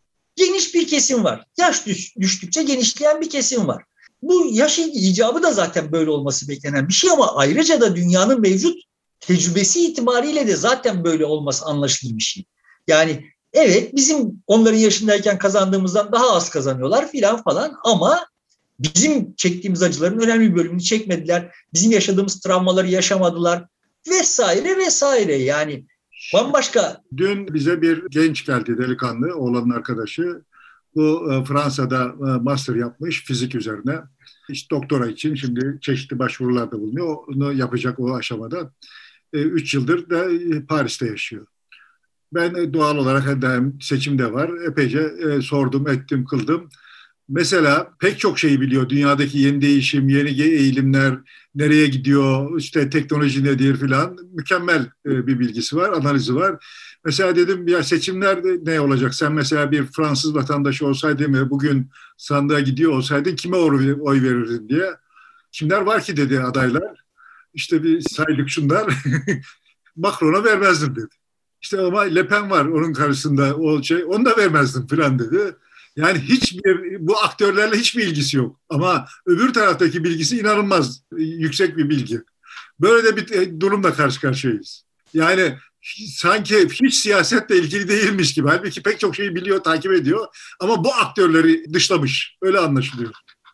geniş bir kesim var. Yaş düştükçe genişleyen bir kesim var. Bu yaş icabı da zaten böyle olması beklenen bir şey ama ayrıca da dünyanın mevcut tecrübesi itibariyle de zaten böyle olması anlaşılır bir şey. Yani evet bizim onların yaşındayken kazandığımızdan daha az kazanıyorlar filan falan ama bizim çektiğimiz acıların önemli bir bölümünü çekmediler. Bizim yaşadığımız travmaları yaşamadılar vesaire vesaire, yani bambaşka. Dün bize bir genç geldi, delikanlı, oğlanın arkadaşı. Bu e, Fransa'da e, master yapmış fizik üzerine. İşte doktora için şimdi çeşitli başvurularda bulunuyor. Onu yapacak o aşamada. E, üç yıldır da e, Paris'te yaşıyor. Ben doğal olarak hem seçimde var. Epeyce e, sordum, ettim, kıldım. Mesela pek çok şeyi biliyor. Dünyadaki yeni değişim, yeni eğilimler, nereye gidiyor, işte teknoloji nedir filan. Mükemmel e, bir bilgisi var, analizi var. Mesela dedim ya seçimler ne olacak? Sen mesela bir Fransız vatandaşı olsaydın ve bugün sandığa gidiyor olsaydın kime oy, oy verirdin diye. Kimler var ki dedi adaylar. İşte bir saydık şunlar. Macron'a vermezdim dedi. İşte ama Le Pen var onun karşısında o şey onu da vermezdim falan dedi. Yani hiçbir bu aktörlerle hiçbir ilgisi yok. Ama öbür taraftaki bilgisi inanılmaz yüksek bir bilgi. Böyle de bir durumla karşı karşıyayız. Yani sanki hiç siyasetle ilgili değilmiş gibi. Halbuki pek çok şeyi biliyor, takip ediyor. Ama bu aktörleri dışlamış. Öyle anlaşılıyor.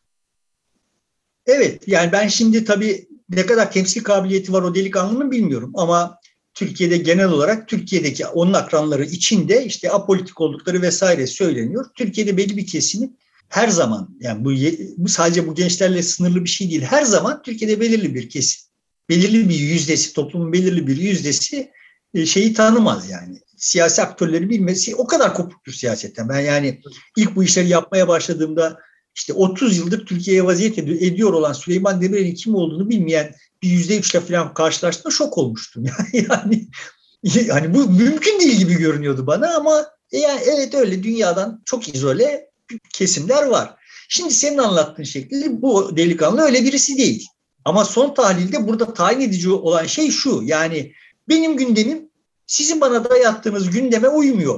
Evet, yani ben şimdi tabii ne kadar temsil kabiliyeti var o delikanlının bilmiyorum. Ama Türkiye'de genel olarak Türkiye'deki onun akranları içinde işte apolitik oldukları vesaire söyleniyor. Türkiye'de belli bir kesimin her zaman, yani bu, bu sadece bu gençlerle sınırlı bir şey değil. Her zaman Türkiye'de belirli bir kesim, belirli bir yüzdesi, toplumun belirli bir yüzdesi şeyi tanımaz yani. Siyasi aktörleri bilmesi o kadar kopuktur siyasetten. Ben yani ilk bu işleri yapmaya başladığımda işte otuz yıldır Türkiye'ye vaziyet ediyor olan Süleyman Demirel'in kim olduğunu bilmeyen bir yüzde üçle falan karşılaştığımda şok olmuştum. Yani, yani, yani bu mümkün değil gibi görünüyordu bana ama yani evet öyle dünyadan çok izole kesimler var. Şimdi senin anlattığın şekilde bu delikanlı öyle birisi değil. Ama son tahlilde burada tayin edici olan şey şu, yani benim gündemim sizin bana dayattığınız gündeme uymuyor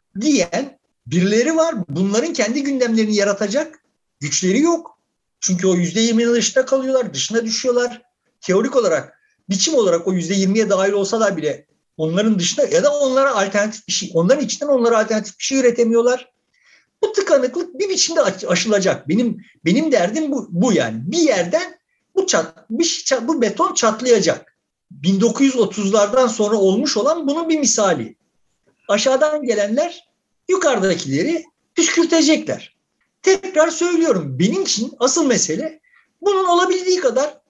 diyen birileri var. Bunların kendi gündemlerini yaratacak güçleri yok. Çünkü o yüzde yirminin dışında kalıyorlar, dışına düşüyorlar. Teorik olarak, biçim olarak o yüzde yirmiye dahil olsalar bile onların dışında ya da onlara alternatif bir şey, onların içinden onlara alternatif bir şey üretemiyorlar. Bu tıkanıklık bir biçimde aşılacak. Benim benim derdim bu, bu yani. Bir yerden bu çat, bir şey, bu beton çatlayacak. bin dokuz yüz otuzlardan sonra olmuş olan bunun bir misali. Aşağıdan gelenler yukarıdakileri püskürtecekler. Tekrar söylüyorum, benim için asıl mesele bunun olabildiği kadar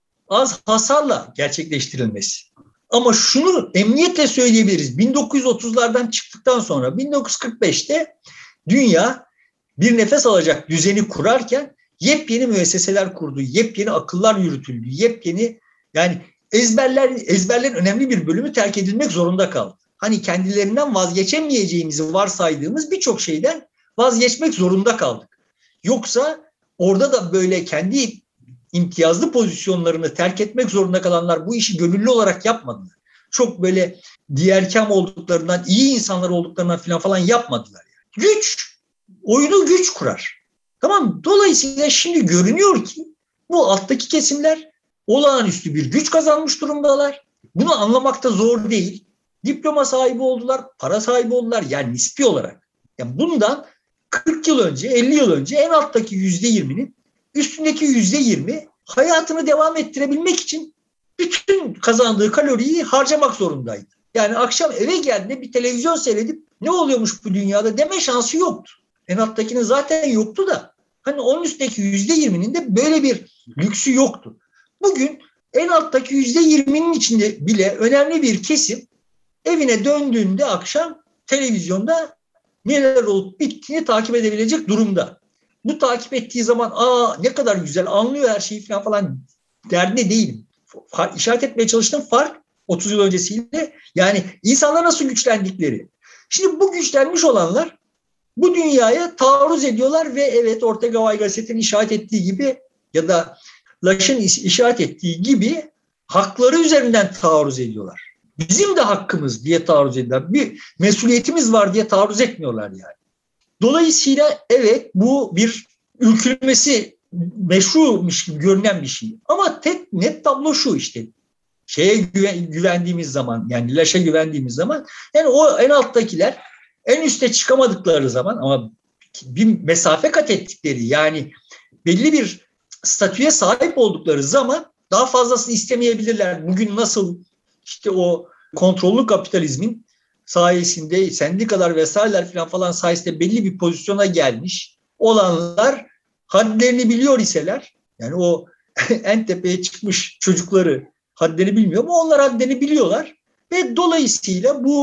az hasarla gerçekleştirilmesi. Ama şunu emniyetle söyleyebiliriz. bin dokuz yüz otuzlardan çıktıktan sonra bin dokuz yüz kırk beşte dünya bir nefes alacak düzeni kurarken yepyeni müesseseler kurdu, yepyeni akıllar yürütüldü, yepyeni yani ezberler ezberlerin önemli bir bölümü terk edilmek zorunda kaldı. Hani kendilerinden vazgeçemeyeceğimizi varsaydığımız birçok şeyden vazgeçmek zorunda kaldık. Yoksa orada da böyle kendi imtiyazlı pozisyonlarını terk etmek zorunda kalanlar bu işi gönüllü olarak yapmadılar. Çok böyle diğerkam olduklarından, iyi insanlar olduklarından falan falan yapmadılar. Yani. Güç, oyunu güç kurar. Tamam. Dolayısıyla şimdi görünüyor ki bu alttaki kesimler olağanüstü bir güç kazanmış durumdalar. Bunu anlamakta zor değil. Diploma sahibi oldular, para sahibi oldular yani nispi olarak. Yani bundan kırk yıl önce, elli yıl önce en alttaki yüzde yirminin üstündeki yüzde yirmi hayatını devam ettirebilmek için bütün kazandığı kaloriyi harcamak zorundaydı. Yani akşam eve geldiğinde bir televizyon seyredip ne oluyormuş bu dünyada deme şansı yoktu. En alttakinin zaten yoktu da. Hani onun üstteki yüzde yirminin de böyle bir lüksü yoktu. Bugün en alttaki yüzde yirminin içinde bile önemli bir kesim evine döndüğünde akşam televizyonda neler olup bittiğini takip edebilecek durumda. Bu takip ettiği zaman aa ne kadar güzel anlıyor her şeyi falan falan derdine değilim. İşaret etmeye çalıştığım fark otuz yıl öncesiyle yani insanlar nasıl güçlendikleri. Şimdi bu güçlenmiş olanlar bu dünyaya taarruz ediyorlar ve evet Ortega y Gasset'in işaret ettiği gibi ya da Laş'ın işaret ettiği gibi hakları üzerinden taarruz ediyorlar. Bizim de hakkımız diye taarruz ediyorlar. Bir mesuliyetimiz var diye taarruz etmiyorlar yani. Dolayısıyla evet bu bir ürkülmesi meşrumiş gibi görünen bir şey. Ama tek net tablo şu işte. Şeye güven, güvendiğimiz zaman yani Laş'a güvendiğimiz zaman yani o en alttakiler en üste çıkamadıkları zaman ama bir mesafe kat ettikleri yani belli bir statüye sahip oldukları zaman daha fazlasını istemeyebilirler. Bugün nasıl işte o kontrollü kapitalizmin sayesinde sendikalar vesaireler falan falan sayesinde belli bir pozisyona gelmiş olanlar hadlerini biliyor iseler yani o en tepeye çıkmış çocukları hadlerini bilmiyor ama onlar hadlerini biliyorlar ve dolayısıyla bu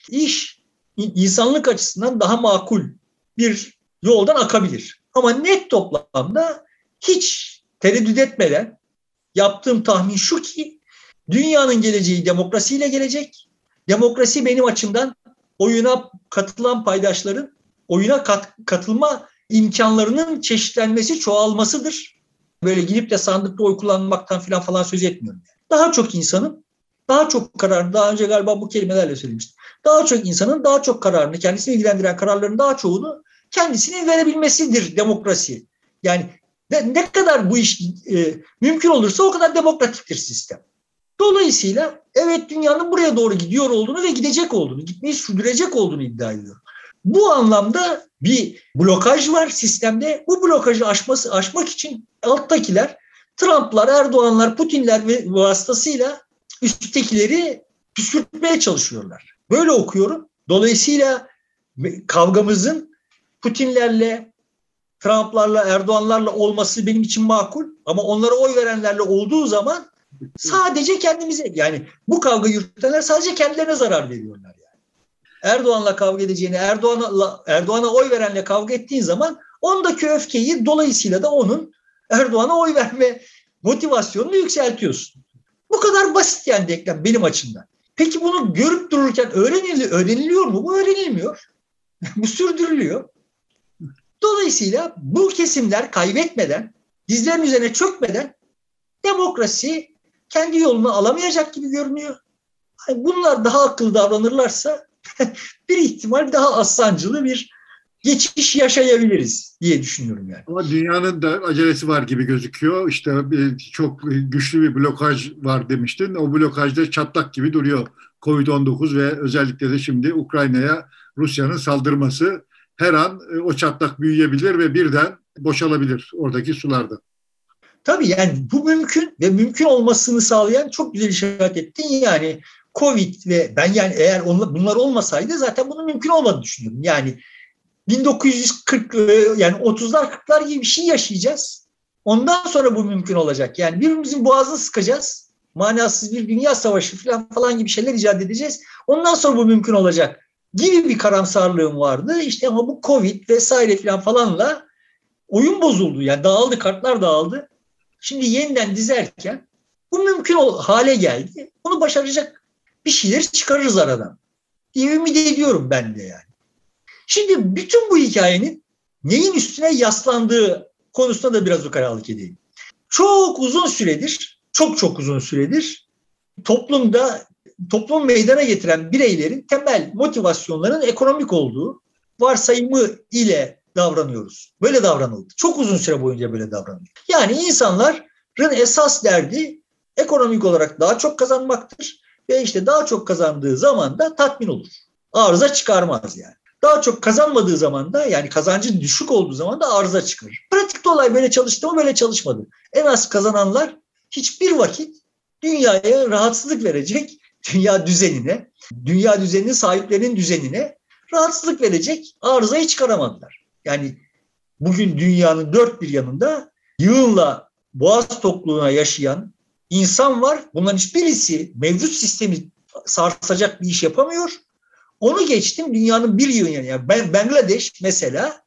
iş insanlık açısından daha makul bir yoldan akabilir. Ama net toplamda hiç tereddüt etmeden yaptığım tahmin şu ki dünyanın geleceği demokrasiyle gelecek. Demokrasi benim açımdan oyuna katılan paydaşların oyuna kat, katılma imkanlarının çeşitlenmesi, çoğalmasıdır. Böyle gidip de sandıkta oy kullanmaktan falan falan söz etmiyorum. Daha çok insanın daha çok kararını, daha önce galiba bu kelimelerle söylemiştim. Daha çok insanın daha çok kararını, kendisini ilgilendiren kararların daha çoğunu kendisinin verebilmesidir demokrasi. Yani ne, ne kadar bu iş e, mümkün olursa o kadar demokratiktir sistem. Dolayısıyla evet dünyanın buraya doğru gidiyor olduğunu ve gidecek olduğunu, gitmeyi sürdürecek olduğunu iddia ediyorum. Bu anlamda bir blokaj var sistemde. Bu blokajı aşması, aşmak için alttakiler Trump'lar, Erdoğan'lar, Putin'ler vasıtasıyla üsttekileri püskürtmeye çalışıyorlar. Böyle okuyorum. Dolayısıyla kavgamızın Putin'lerle, Trump'larla, Erdoğan'larla olması benim için makul. Ama onlara oy verenlerle olduğu zaman sadece kendimize, yani bu kavga yürütenler sadece kendilerine zarar veriyorlar. Yani. Erdoğan'la kavga edeceğini, Erdoğan'a Erdoğan'a oy verenle kavga ettiğin zaman ondaki öfkeyi, dolayısıyla da onun Erdoğan'a oy verme motivasyonunu yükseltiyorsun. Bu kadar basit yani denklem benim açımdan. Peki bunu görüp dururken öğreniliyor, öğreniliyor mu? Bu öğrenilmiyor. Bu sürdürülüyor. Dolayısıyla bu kesimler kaybetmeden, dizlerin üzerine çökmeden demokrasi kendi yolunu alamayacak gibi görünüyor. Bunlar daha akıllı davranırlarsa bir ihtimal daha az sancılı bir geçiş yaşayabiliriz diye düşünüyorum yani. Ama dünyanın da acelesi var gibi gözüküyor. İşte bir, çok güçlü bir blokaj var demiştin. O blokajda çatlak gibi duruyor. kovid on dokuz ve özellikle de şimdi Ukrayna'ya Rusya'nın saldırması her an o çatlak büyüyebilir ve birden boşalabilir oradaki sularda. Tabii yani bu mümkün ve mümkün olmasını sağlayan çok güzel işaret ettin. Yani Covid ve ben yani eğer onlar, bunlar olmasaydı zaten bunun mümkün olmadığını düşünüyorum. Yani bin dokuz yüz kırk yani otuzlar kırklar gibi bir şey yaşayacağız. Ondan sonra bu mümkün olacak. Yani birbirimizin boğazını sıkacağız. Manasız bir dünya savaşı falan falan gibi şeyler icat edeceğiz. Ondan sonra bu mümkün olacak gibi bir karamsarlığım vardı. İşte ama bu Covid vesaire falan falanla oyun bozuldu. Yani dağıldı, kartlar dağıldı. Şimdi yeniden dizerken bu mümkün hale geldi. Bunu başaracak bir şeyler çıkarırız aradan diye ümit ediyorum ben de yani. Şimdi bütün bu hikayenin neyin üstüne yaslandığı konusunda da biraz ukalalık edeyim. Çok uzun süredir, çok çok uzun süredir toplumda, toplum meydana getiren bireylerin temel motivasyonlarının ekonomik olduğu varsayımı ile davranıyoruz. Böyle davranıldı. Çok uzun süre boyunca böyle davranıldı. Yani insanların esas derdi ekonomik olarak daha çok kazanmaktır ve işte daha çok kazandığı zaman da tatmin olur. Arıza çıkarmaz yani. Daha çok kazanmadığı zaman da yani kazancı düşük olduğu zaman da arıza çıkarır. Pratikte olay böyle çalıştı mı böyle çalışmadı. En az kazananlar hiçbir vakit dünyaya rahatsızlık verecek, dünya düzenine, dünya düzeninin sahiplerinin düzenine rahatsızlık verecek arızayı çıkaramadılar. Yani bugün dünyanın dört bir yanında yığınla boğaz tokluğuna yaşayan insan var. Bunların hiçbirisi mevcut sistemi sarsacak bir iş yapamıyor. Onu geçtim dünyanın bir yığın yani Bangladeş mesela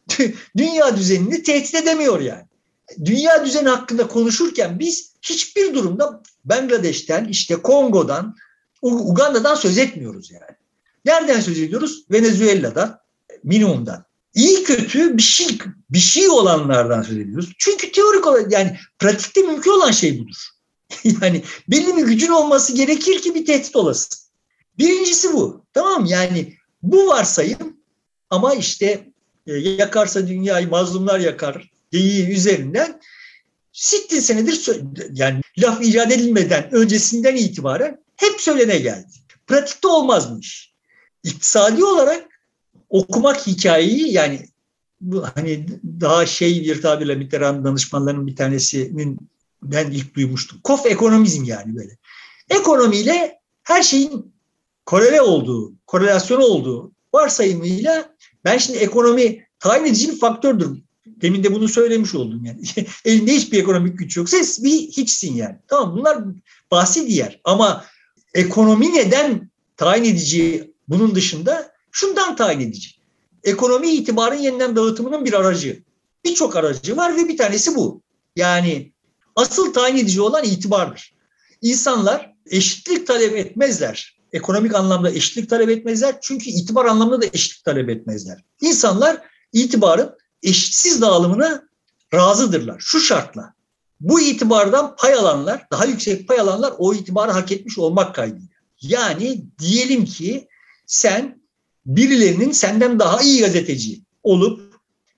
dünya düzenini tehdit edemiyor yani. Dünya düzeni hakkında konuşurken biz hiçbir durumda Bangladeş'ten, işte Kongo'dan, Uganda'dan söz etmiyoruz yani. Nereden söz ediyoruz? Venezuela'dan, minimumdan. İyi kötü bir şey bir şey olanlardan söz ediyoruz. Çünkü teorik olarak yani pratikte mümkün olan şey budur. Yani belli bir gücün olması gerekir ki bir tehdit olasın. Birincisi bu. Tamam yani bu varsayım ama işte e, yakarsa dünyayı mazlumlar yakar geyiği üzerinden sittin senedir yani laf icat edilmeden öncesinden itibaren hep söylene geldi. Pratikte olmaz bu iş. İktisadi olarak okumak hikayeyi yani bu hani daha şey bir tabirle Mitterrand danışmanlarının bir tanesinin ben ilk duymuştum. Kof ekonomizm yani böyle. Ekonomiyle her şeyin korele olduğu, korelasyonu olduğu varsayımıyla ben şimdi ekonomi tayin edici bir faktördür. Demin de bunu söylemiş oldum yani. Elinde hiçbir ekonomik güç yoksa bir hiçsin yani. Tamam bunlar bahsi diğer ama ekonomi neden tayin edici Bunun dışında şundan tayin edici. Ekonomi itibarın yeniden dağıtımının bir aracı. Birçok aracı var ve bir tanesi bu. Yani asıl tayin edici olan itibardır. İnsanlar eşitlik talep etmezler. Ekonomik anlamda eşitlik talep etmezler. Çünkü itibar anlamında da eşitlik talep etmezler. İnsanlar itibarın eşitsiz dağılımına razıdırlar. Şu şartla. Bu itibardan pay alanlar, daha yüksek pay alanlar o itibarı hak etmiş olmak kaydıyla. Yani diyelim ki sen birilerinin senden daha iyi gazeteci olup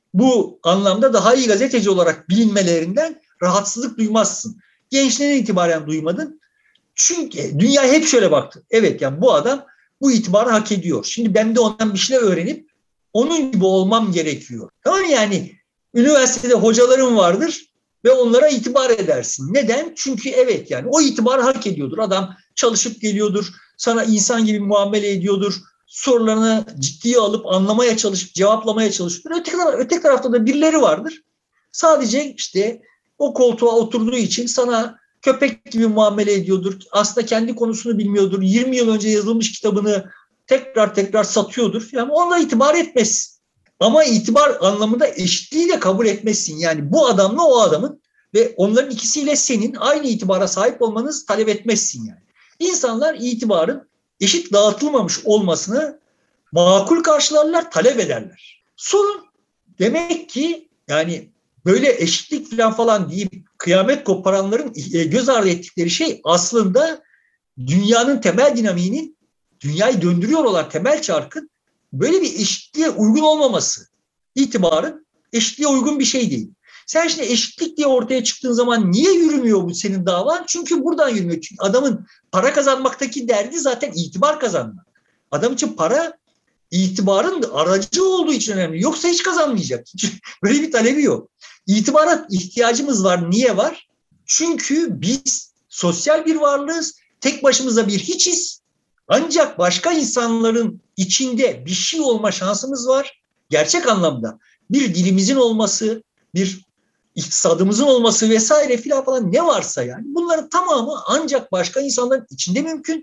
bu anlamda daha iyi gazeteci olarak bilinmelerinden rahatsızlık duymazsın. Gençliğinden itibaren duymadın. Çünkü dünya hep şöyle baktı. Evet, yani bu adam bu itibarı hak ediyor. Şimdi ben de ondan bir şeyler öğrenip onun gibi olmam gerekiyor. Tamam mı? Yani üniversitede hocaların vardır ve onlara itibar edersin. Neden? Çünkü evet, yani o itibarı hak ediyordur. Adam çalışıp geliyordur, sana insan gibi muamele ediyordur, sorularını ciddiye alıp anlamaya çalışıp cevaplamaya çalışıyordur. Öteki, öteki tarafta da birileri vardır. Sadece işte o koltuğa oturduğu için sana köpek gibi muamele ediyordur. Aslında kendi konusunu bilmiyordur. yirmi yıl önce yazılmış kitabını tekrar tekrar satıyordur. Yani ona itibar etmezsin. Ama itibar anlamında eşitliği de kabul etmezsin. Yani bu adamla o adamın ve onların ikisiyle senin aynı itibara sahip olmanızı talep etmezsin yani. İnsanlar itibarın eşit dağıtılmamış olmasını makul karşılarlar, talep ederler. Sorun demek ki yani böyle eşitlik falan falan deyip kıyamet koparanların göz ardı ettikleri şey aslında dünyanın temel dinamiğinin, dünyayı döndürüyor olan temel çarkın böyle bir eşitliğe uygun olmaması. İtibarın eşitliğe uygun bir şey değil. Sen şimdi eşitlik diye ortaya çıktığın zaman niye yürümüyor bu senin davan? Çünkü buradan yürümüyor. Çünkü adamın para kazanmaktaki derdi zaten itibar kazanmak. Adam için para itibarın aracı olduğu için önemli. Yoksa hiç kazanmayacak. Böyle bir talebi yok. İtibara ihtiyacımız var. Niye var? Çünkü biz sosyal bir varlığız. Tek başımıza bir hiçiz. Ancak başka insanların içinde bir şey olma şansımız var. Gerçek anlamda bir dilimizin olması, bir iktisadımızın olması vesaire filan falan ne varsa yani bunların tamamı ancak başka insanların içinde mümkün.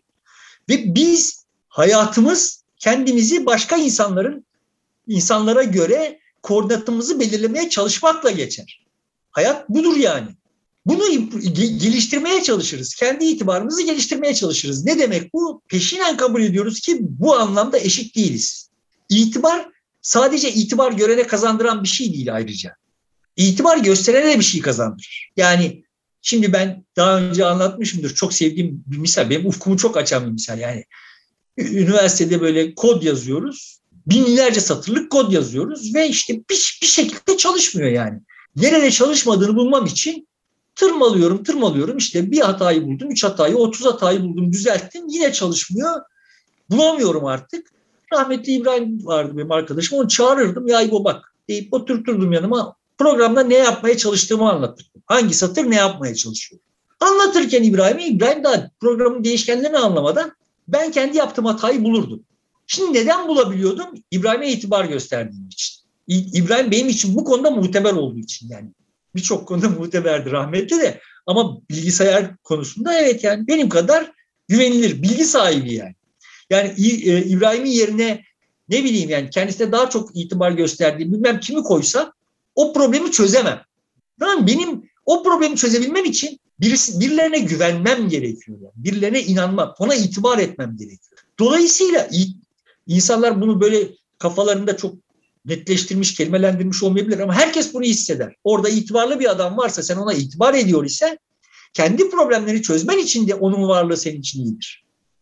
Ve biz hayatımız kendimizi başka insanların insanlara göre koordinatımızı belirlemeye çalışmakla geçer. Hayat budur yani. Bunu geliştirmeye çalışırız. Kendi itibarımızı geliştirmeye çalışırız. Ne demek bu? Peşinen kabul ediyoruz ki bu anlamda eşit değiliz. İtibar sadece itibar görene kazandıran bir şey değil ayrıca. İtibar gösterene de bir şey kazandırır. Yani şimdi ben daha önce anlatmışımdır. Çok sevdiğim bir misal. Benim ufkumu çok açan bir misal. Yani üniversitede böyle kod yazıyoruz. Binlerce satırlık kod yazıyoruz ve işte bir, bir şekilde çalışmıyor yani. Nerede çalışmadığını bulmam için tırmalıyorum, tırmalıyorum. İşte bir hatayı buldum, üç hatayı, otuz hatayı buldum, düzelttim. Yine çalışmıyor. Bulamıyorum artık. Rahmetli İbrahim vardı benim arkadaşım. Onu çağırırdım. Ya İbo bak deyip oturturdum yanıma. Programda ne yapmaya çalıştığımı anlatırdım. Hangi satır ne yapmaya çalışıyor. Anlatırken İbrahim'e, İbrahim daha programın değişkenlerini anlamadan ben kendi yaptığım hatayı bulurdum. Şimdi neden bulabiliyordum? İbrahim'e itibar gösterdiğim için. İbrahim benim için bu konuda muteber olduğu için yani. Birçok konuda muteberdi rahmetli de ama bilgisayar konusunda evet yani benim kadar güvenilir, bilgi sahibi yani. Yani İbrahim'in yerine ne bileyim yani kendisine daha çok itibar gösterdiğim bilmem kimi koysa o problemi çözemem. Tamam, benim o problemi çözebilmem için birisi, birilerine güvenmem gerekiyor. Yani. Birilerine inanmam, ona itibar etmem gerekiyor. Dolayısıyla insanlar bunu böyle kafalarında çok netleştirmiş, kelimelendirmiş olmayabilir ama herkes bunu hisseder. Orada itibarlı bir adam varsa sen ona itibar ediyor ise kendi problemleri çözmen için de onun varlığı senin için iyidir.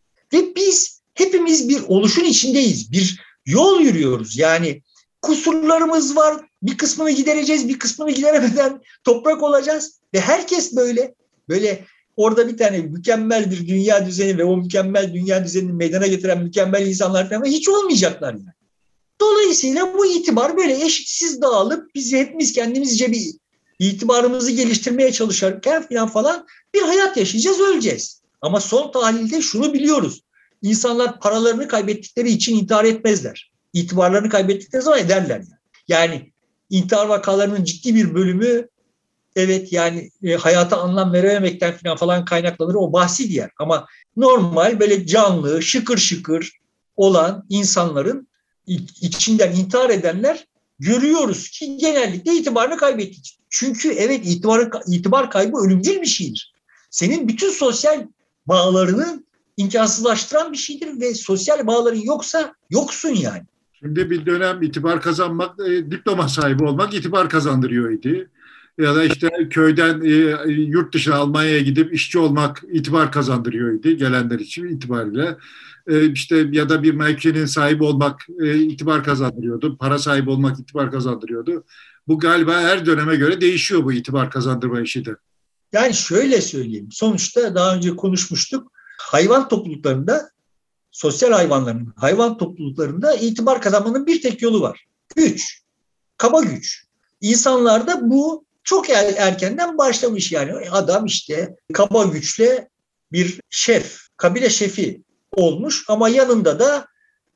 Ve biz hepimiz bir oluşun içindeyiz. Bir yol yürüyoruz. Yani kusurlarımız var. Bir kısmını gidereceğiz, bir kısmını gideremeden toprak olacağız. Ve herkes böyle. Böyle orada bir tane mükemmel bir dünya düzeni ve o mükemmel dünya düzenini meydana getiren mükemmel insanlar falan hiç olmayacaklar yani. Dolayısıyla bu itibar böyle eşitsiz dağılıp biz hepimiz kendimizce bir itibarımızı geliştirmeye çalışırken falan falan bir hayat yaşayacağız, öleceğiz. Ama son tahlilde şunu biliyoruz. İnsanlar paralarını kaybettikleri için intihar etmezler. İtibarlarını kaybettikleri zaman ederler yani. Yani intihar vakalarının ciddi bir bölümü evet yani e, hayata anlam verememekten falan falan kaynaklanır, o bahsi diğer. Ama normal böyle canlı, şıkır şıkır, olan insanların içinden intihar edenler görüyoruz ki genellikle itibarını kaybetti. Çünkü evet itibar, itibar kaybı ölümcül bir şeydir. Senin bütün sosyal bağlarını imkansızlaştıran bir şeydir ve sosyal bağların yoksa yoksun yani. Şimdi bir dönem itibar kazanmak, e, diploma sahibi olmak itibar kazandırıyor idi. Ya da işte köyden e, yurt dışına Almanya'ya gidip işçi olmak itibar kazandırıyor idi gelenler için itibariyle. E, işte ya da bir mevkinin sahibi olmak e, itibar kazandırıyordu. Para sahibi olmak itibar kazandırıyordu. Bu galiba her döneme göre değişiyor bu itibar kazandırma işi de. Yani şöyle söyleyeyim. Sonuçta daha önce konuşmuştuk. Hayvan topluluklarında, sosyal hayvanların hayvan topluluklarında itibar kazanmanın bir tek yolu var. Güç. Kaba güç. İnsanlarda bu çok er, erkenden başlamış yani. Adam işte kaba güçle bir şef, kabile şefi olmuş ama yanında da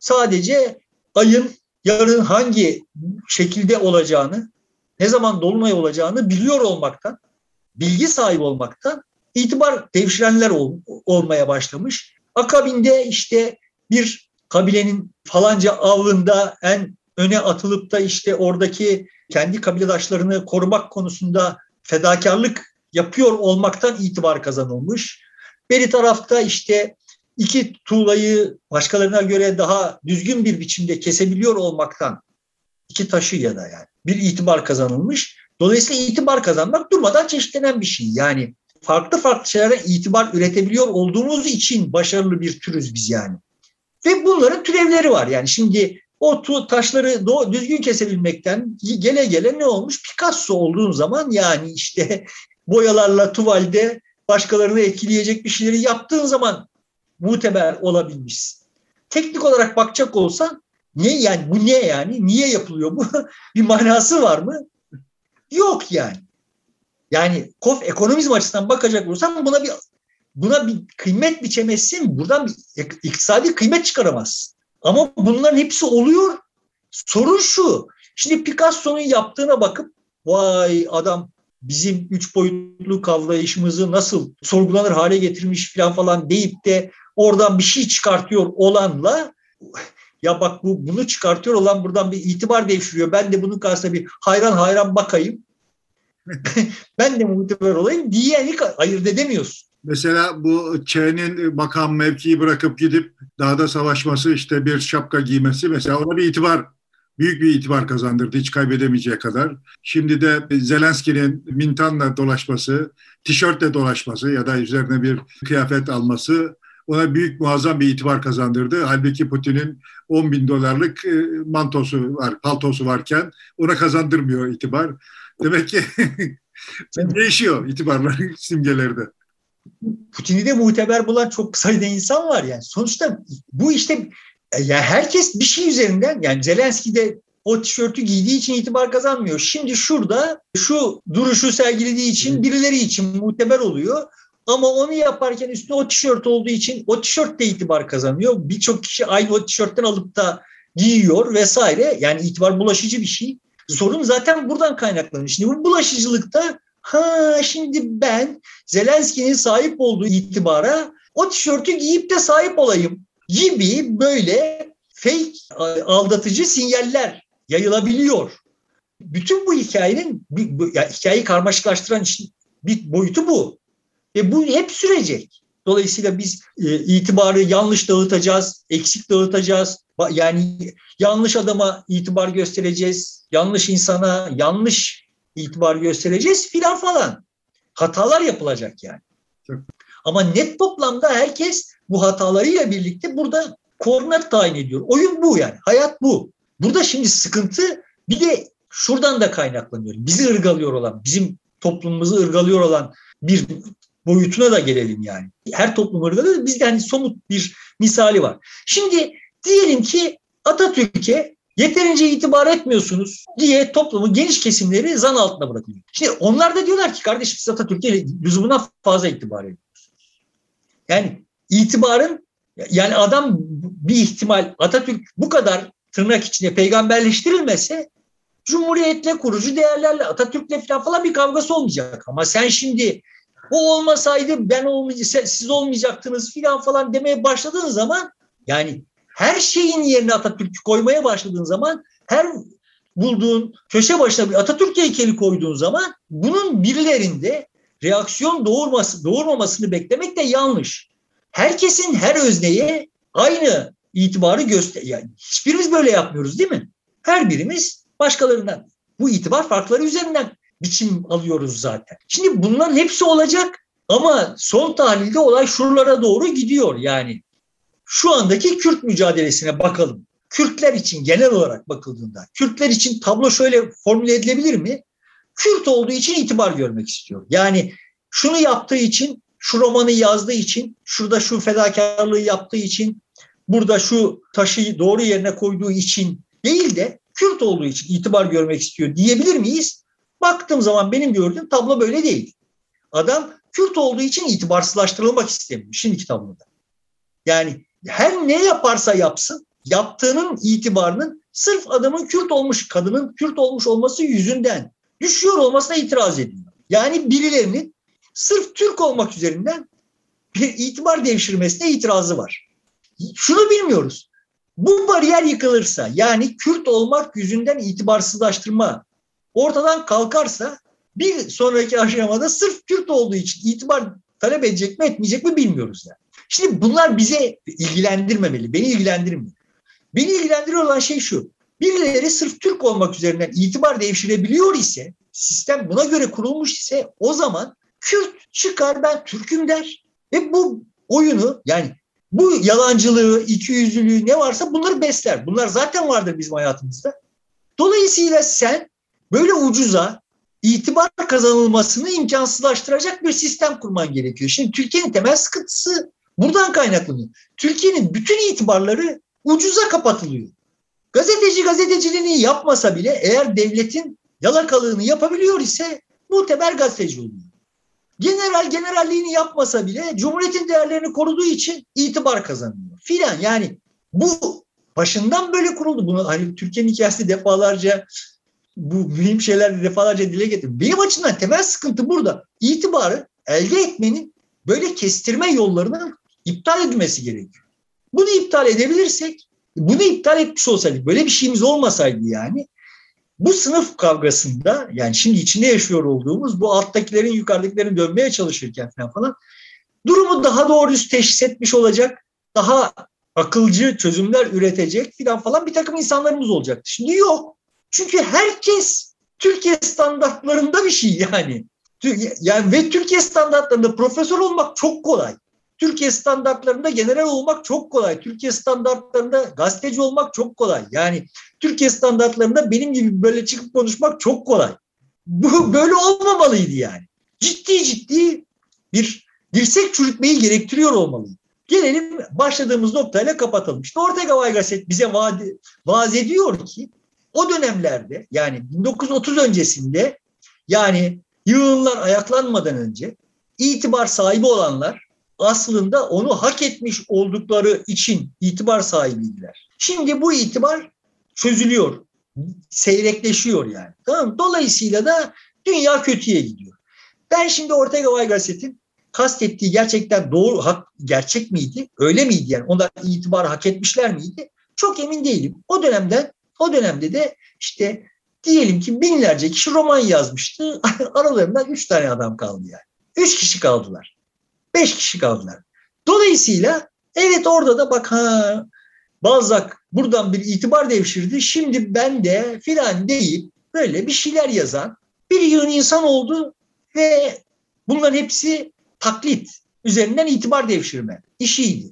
sadece ayın yarın hangi şekilde olacağını, ne zaman dolunay olacağını biliyor olmaktan, bilgi sahibi olmaktan itibar devşirenler ol, olmaya başlamış. Akabinde işte bir kabilenin falanca avında en öne atılıp da işte oradaki kendi kabiledaşlarını korumak konusunda fedakarlık yapıyor olmaktan itibar kazanılmış. Bir tarafta işte iki tuğlayı başkalarına göre daha düzgün bir biçimde kesebiliyor olmaktan, iki taşı ya da yani bir itibar kazanılmış. Dolayısıyla itibar kazanmak durmadan çeşitlenen bir şey. Yani farklı farklı şeylere itibar üretebiliyor olduğumuz için başarılı bir türüz biz yani. Ve bunların türevleri var. Yani şimdi o taşları düzgün kesebilmekten gele gele ne olmuş? Picasso olduğun zaman yani işte boyalarla tuvalde başkalarını etkileyecek bir şeyleri yaptığın zaman muteber olabilmişsin. Teknik olarak bakacak olsan ne yani bu ne yani? Niye yapılıyor bu? Bir manası var mı? Yok yani. Yani kof ekonomizm açısından bakacak olursan buna bir buna bir kıymet biçemezsin. Buradan bir iktisadi kıymet çıkaramazsın. Ama bunların hepsi oluyor. Sorun şu. Şimdi Picasso'nun yaptığına bakıp vay adam bizim üç boyutlu kavrayışımızı nasıl sorgulanır hale getirmiş falan falan deyip de oradan bir şey çıkartıyor olanla ya bak bu bunu çıkartıyor olan buradan bir itibar devşiriyor. Ben de bunun karşısına bir hayran hayran bakayım. Ben de muteber olayım diyeni ayırt edemiyorsun. Mesela bu Ç'nin makam mevkiyi bırakıp gidip dağda savaşması, işte bir şapka giymesi mesela ona bir itibar, büyük bir itibar kazandırdı hiç kaybedemeyeceği kadar. Şimdi de Zelenski'nin mintanla dolaşması, tişörtle dolaşması ya da üzerine bir kıyafet alması ona büyük muazzam bir itibar kazandırdı. Halbuki Putin'in on bin dolarlık mantosu var, paltosu varken ona kazandırmıyor itibar. Demek ki değişiyor itibarların simgeleri de. Putin'i de muteber bulan çok sayıda insan var yani. Sonuçta bu işte yani herkes bir şey üzerinden yani Zelenski de o tişörtü giydiği için itibar kazanmıyor. Şimdi şurada şu duruşu sergilediği için birileri için muteber oluyor. Ama onu yaparken üstüne o tişört olduğu için o tişört de itibar kazanıyor. Birçok kişi aynı o tişörtten alıp da giyiyor vesaire. Yani itibar bulaşıcı bir şey. Sorun zaten buradan kaynaklanıyor. Şimdi bu bulaşıcılıkta ha şimdi ben Zelenski'nin sahip olduğu itibara o tişörtü giyip de sahip olayım gibi böyle fake aldatıcı sinyaller yayılabiliyor. Bütün bu hikayenin bu, yani hikayeyi karmaşıklaştıran işin bir boyutu bu. Ve bu hep sürecek. Dolayısıyla biz e, itibarı yanlış dağıtacağız, eksik dağıtacağız. Yani yanlış adama itibar göstereceğiz, yanlış insana yanlış itibar göstereceğiz filan falan. Hatalar yapılacak yani. Çok. Ama net toplamda herkes bu hatalarıyla birlikte burada koordinat tayin ediyor. Oyun bu yani. Hayat bu. Burada şimdi sıkıntı bir de şuradan da kaynaklanıyor. Bizi ırgalıyor olan, bizim toplumumuzu ırgalıyor olan bir boyutuna da gelelim yani. Her toplum ırgalıyor. Bizde hani somut bir misali var. Şimdi diyelim ki Atatürk'e yeterince itibar etmiyorsunuz diye toplumun geniş kesimleri zan altına bırakılıyor. Şimdi onlar da diyorlar ki kardeşim siz Atatürk'e lüzumundan fazla itibar ediyorsunuz. Yani itibarın yani adam bir ihtimal Atatürk bu kadar tırnak içinde peygamberleştirilmese Cumhuriyetle kurucu değerlerle Atatürk'le falan falan bir kavgası olmayacak. Ama sen şimdi o olmasaydı ben olmayacak, siz olmayacaktınız filan falan demeye başladığın zaman yani her şeyin yerine Atatürk'ü koymaya başladığın zaman, her bulduğun köşe başına bir Atatürk heykeli koyduğun zaman bunun birilerinde reaksiyon doğurması, doğurmamasını beklemek de yanlış. Herkesin her özneye aynı itibarı göster. Yani hiçbirimiz böyle yapmıyoruz değil mi? Her birimiz başkalarından bu itibar farkları üzerinden biçim alıyoruz zaten. Şimdi bunların hepsi olacak ama son tahlilde olay şuralara doğru gidiyor yani. Şu andaki Kürt mücadelesine bakalım. Kürtler için genel olarak bakıldığında, Kürtler için tablo şöyle formüle edilebilir mi? Kürt olduğu için itibar görmek istiyor. Yani şunu yaptığı için, şu romanı yazdığı için, şurada şu fedakarlığı yaptığı için, burada şu taşı doğru yerine koyduğu için değil de Kürt olduğu için itibar görmek istiyor diyebilir miyiz? Baktığım zaman benim gördüğüm tablo böyle değil. Adam Kürt olduğu için itibarsızlaştırılmak istemiyor şimdiki tabloda. Yani her ne yaparsa yapsın, yaptığının itibarının sırf adamın Kürt olmuş, kadının Kürt olmuş olması yüzünden düşüyor olmasına itiraz ediyor. Yani birilerinin sırf Türk olmak üzerinden bir itibar devşirmesine itirazı var. Şunu bilmiyoruz. Bu bariyer yıkılırsa, yani Kürt olmak yüzünden itibarsızlaştırma ortadan kalkarsa bir sonraki aşamada sırf Kürt olduğu için itibar talep edecek mi etmeyecek mi bilmiyoruz yani. Şimdi bunlar bize ilgilendirmemeli, beni ilgilendirmiyor. Beni ilgilendiriyor olan şey şu: birileri sırf Türk olmak üzerinden itibar devşirebiliyor ise, sistem buna göre kurulmuş ise, o zaman Kürt çıkar ben Türk'üm der ve bu oyunu, yani bu yalancılığı, ikiyüzlülüğü ne varsa bunları besler. Bunlar zaten vardır bizim hayatımızda. Dolayısıyla sen böyle ucuza itibar kazanılmasını imkansızlaştıracak bir sistem kurman gerekiyor. Şimdi Türkiye'nin temel sıkıntısı buradan kaynaklanıyor. Türkiye'nin bütün itibarları ucuza kapatılıyor. Gazeteci gazeteciliğini yapmasa bile eğer devletin yalakalığını yapabiliyor ise muteber gazeteci oluyor. General generalliğini yapmasa bile Cumhuriyet'in değerlerini koruduğu için itibar kazanıyor filan. Yani bu başından böyle kuruldu. Bunu hani Türkiye'nin hikayesi defalarca, bu mühim şeyler defalarca dile getirdim. Benim açımdan temel sıkıntı burada. İtibarı elde etmenin böyle kestirme yollarının iptal edilmesi gerekiyor. Bunu iptal edebilirsek, bunu iptal etmiş olsaydık, böyle bir şeyimiz olmasaydı yani, bu sınıf kavgasında, yani şimdi içinde yaşıyor olduğumuz bu alttakilerin yukarıdakilerin dönmeye çalışırken falan falan durumu daha doğru düz teşhis etmiş olacak, daha akılcı çözümler üretecek falan falan bir takım insanlarımız olacaktı. Şimdi yok. Çünkü herkes Türkiye standartlarında bir şey yani. Yani ve Türkiye standartlarında profesör olmak çok kolay. Türkiye standartlarında general olmak çok kolay. Türkiye standartlarında gazeteci olmak çok kolay. Yani Türkiye standartlarında benim gibi böyle çıkıp konuşmak çok kolay. Bu böyle olmamalıydı yani. Ciddi ciddi bir dirsek çürütmeyi gerektiriyor olmalıydı. Gelelim başladığımız noktayla kapatalım. İşte Ortega y Gasset bize vaaz, vaaz ediyor ki o dönemlerde, yani bin dokuz yüz otuz öncesinde, yani yığınlar ayaklanmadan önce itibar sahibi olanlar aslında onu hak etmiş oldukları için itibar sahibiydiler. Şimdi bu itibar çözülüyor, seyrekleşiyor yani. Tamam mı? Dolayısıyla da dünya kötüye gidiyor. Ben şimdi Ortega y Gasset'in kastettiği gerçekten doğru, hak, gerçek miydi? Öyle miydi yani? Onlar itibar hak etmişler miydi? Çok emin değilim. O dönemden, o dönemde de işte diyelim ki binlerce kişi roman yazmıştı. Aralarından üç tane adam kaldı yani. Üç kişi kaldılar. Beş kişi kaldılar. Dolayısıyla evet, orada da bak ha, Balzac buradan bir itibar devşirdi. Şimdi ben de filan deyip böyle bir şeyler yazan bir yığın insan oldu ve bunların hepsi taklit üzerinden itibar devşirme işiydi.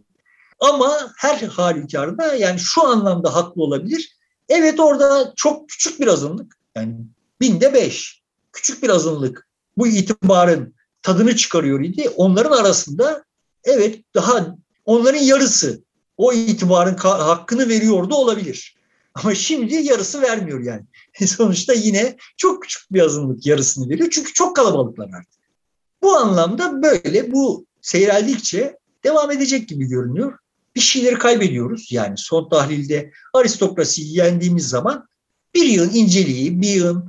Ama her halükarda yani şu anlamda haklı olabilir. Evet, orada çok küçük bir azınlık, yani binde beş küçük bir azınlık bu itibarın tadını çıkarıyor idi. Onların arasında evet daha onların yarısı o itibarın hakkını veriyordu olabilir. Ama şimdi yarısı vermiyor yani. Sonuçta yine çok küçük bir azınlık yarısını veriyor. Çünkü çok kalabalıklar artık. Bu anlamda böyle bu seyreldikçe devam edecek gibi görünüyor. Bir şeyleri kaybediyoruz. Yani son tahlilde aristokrasiyi yendiğimiz zaman bir yığın inceliği, bir yığın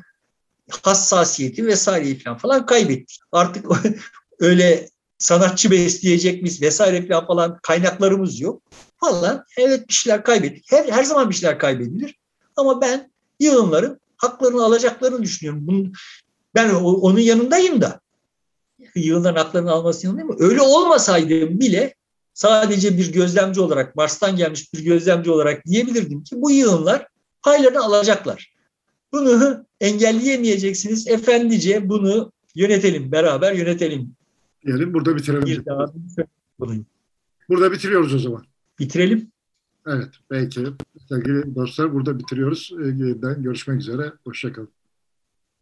hassasiyeti vesaireyi falan, falan kaybettik. Artık öyle sanatçı besleyecek miyiz vesaire falan, falan kaynaklarımız yok. falan. Evet bir şeyler kaybettik. Her, her zaman bir şeyler kaybedilir. Ama ben yığınların haklarını alacaklarını düşünüyorum. Bunun, ben o, onun yanındayım da. Yığınların haklarını almasının yanındayım mı? Öyle olmasaydım bile sadece bir gözlemci olarak, Mars'tan gelmiş bir gözlemci olarak diyebilirdim ki bu yığınlar paylarını alacaklar. Bunu engelleyemeyeceksiniz. Efendice bunu yönetelim, beraber yönetelim. Diyelim burada bitirelim. Bir daha Burada bitiriyoruz o zaman. bitirelim. Evet, belki sevgili dostlar burada bitiriyoruz. Yeniden görüşmek üzere. Hoşça kalın.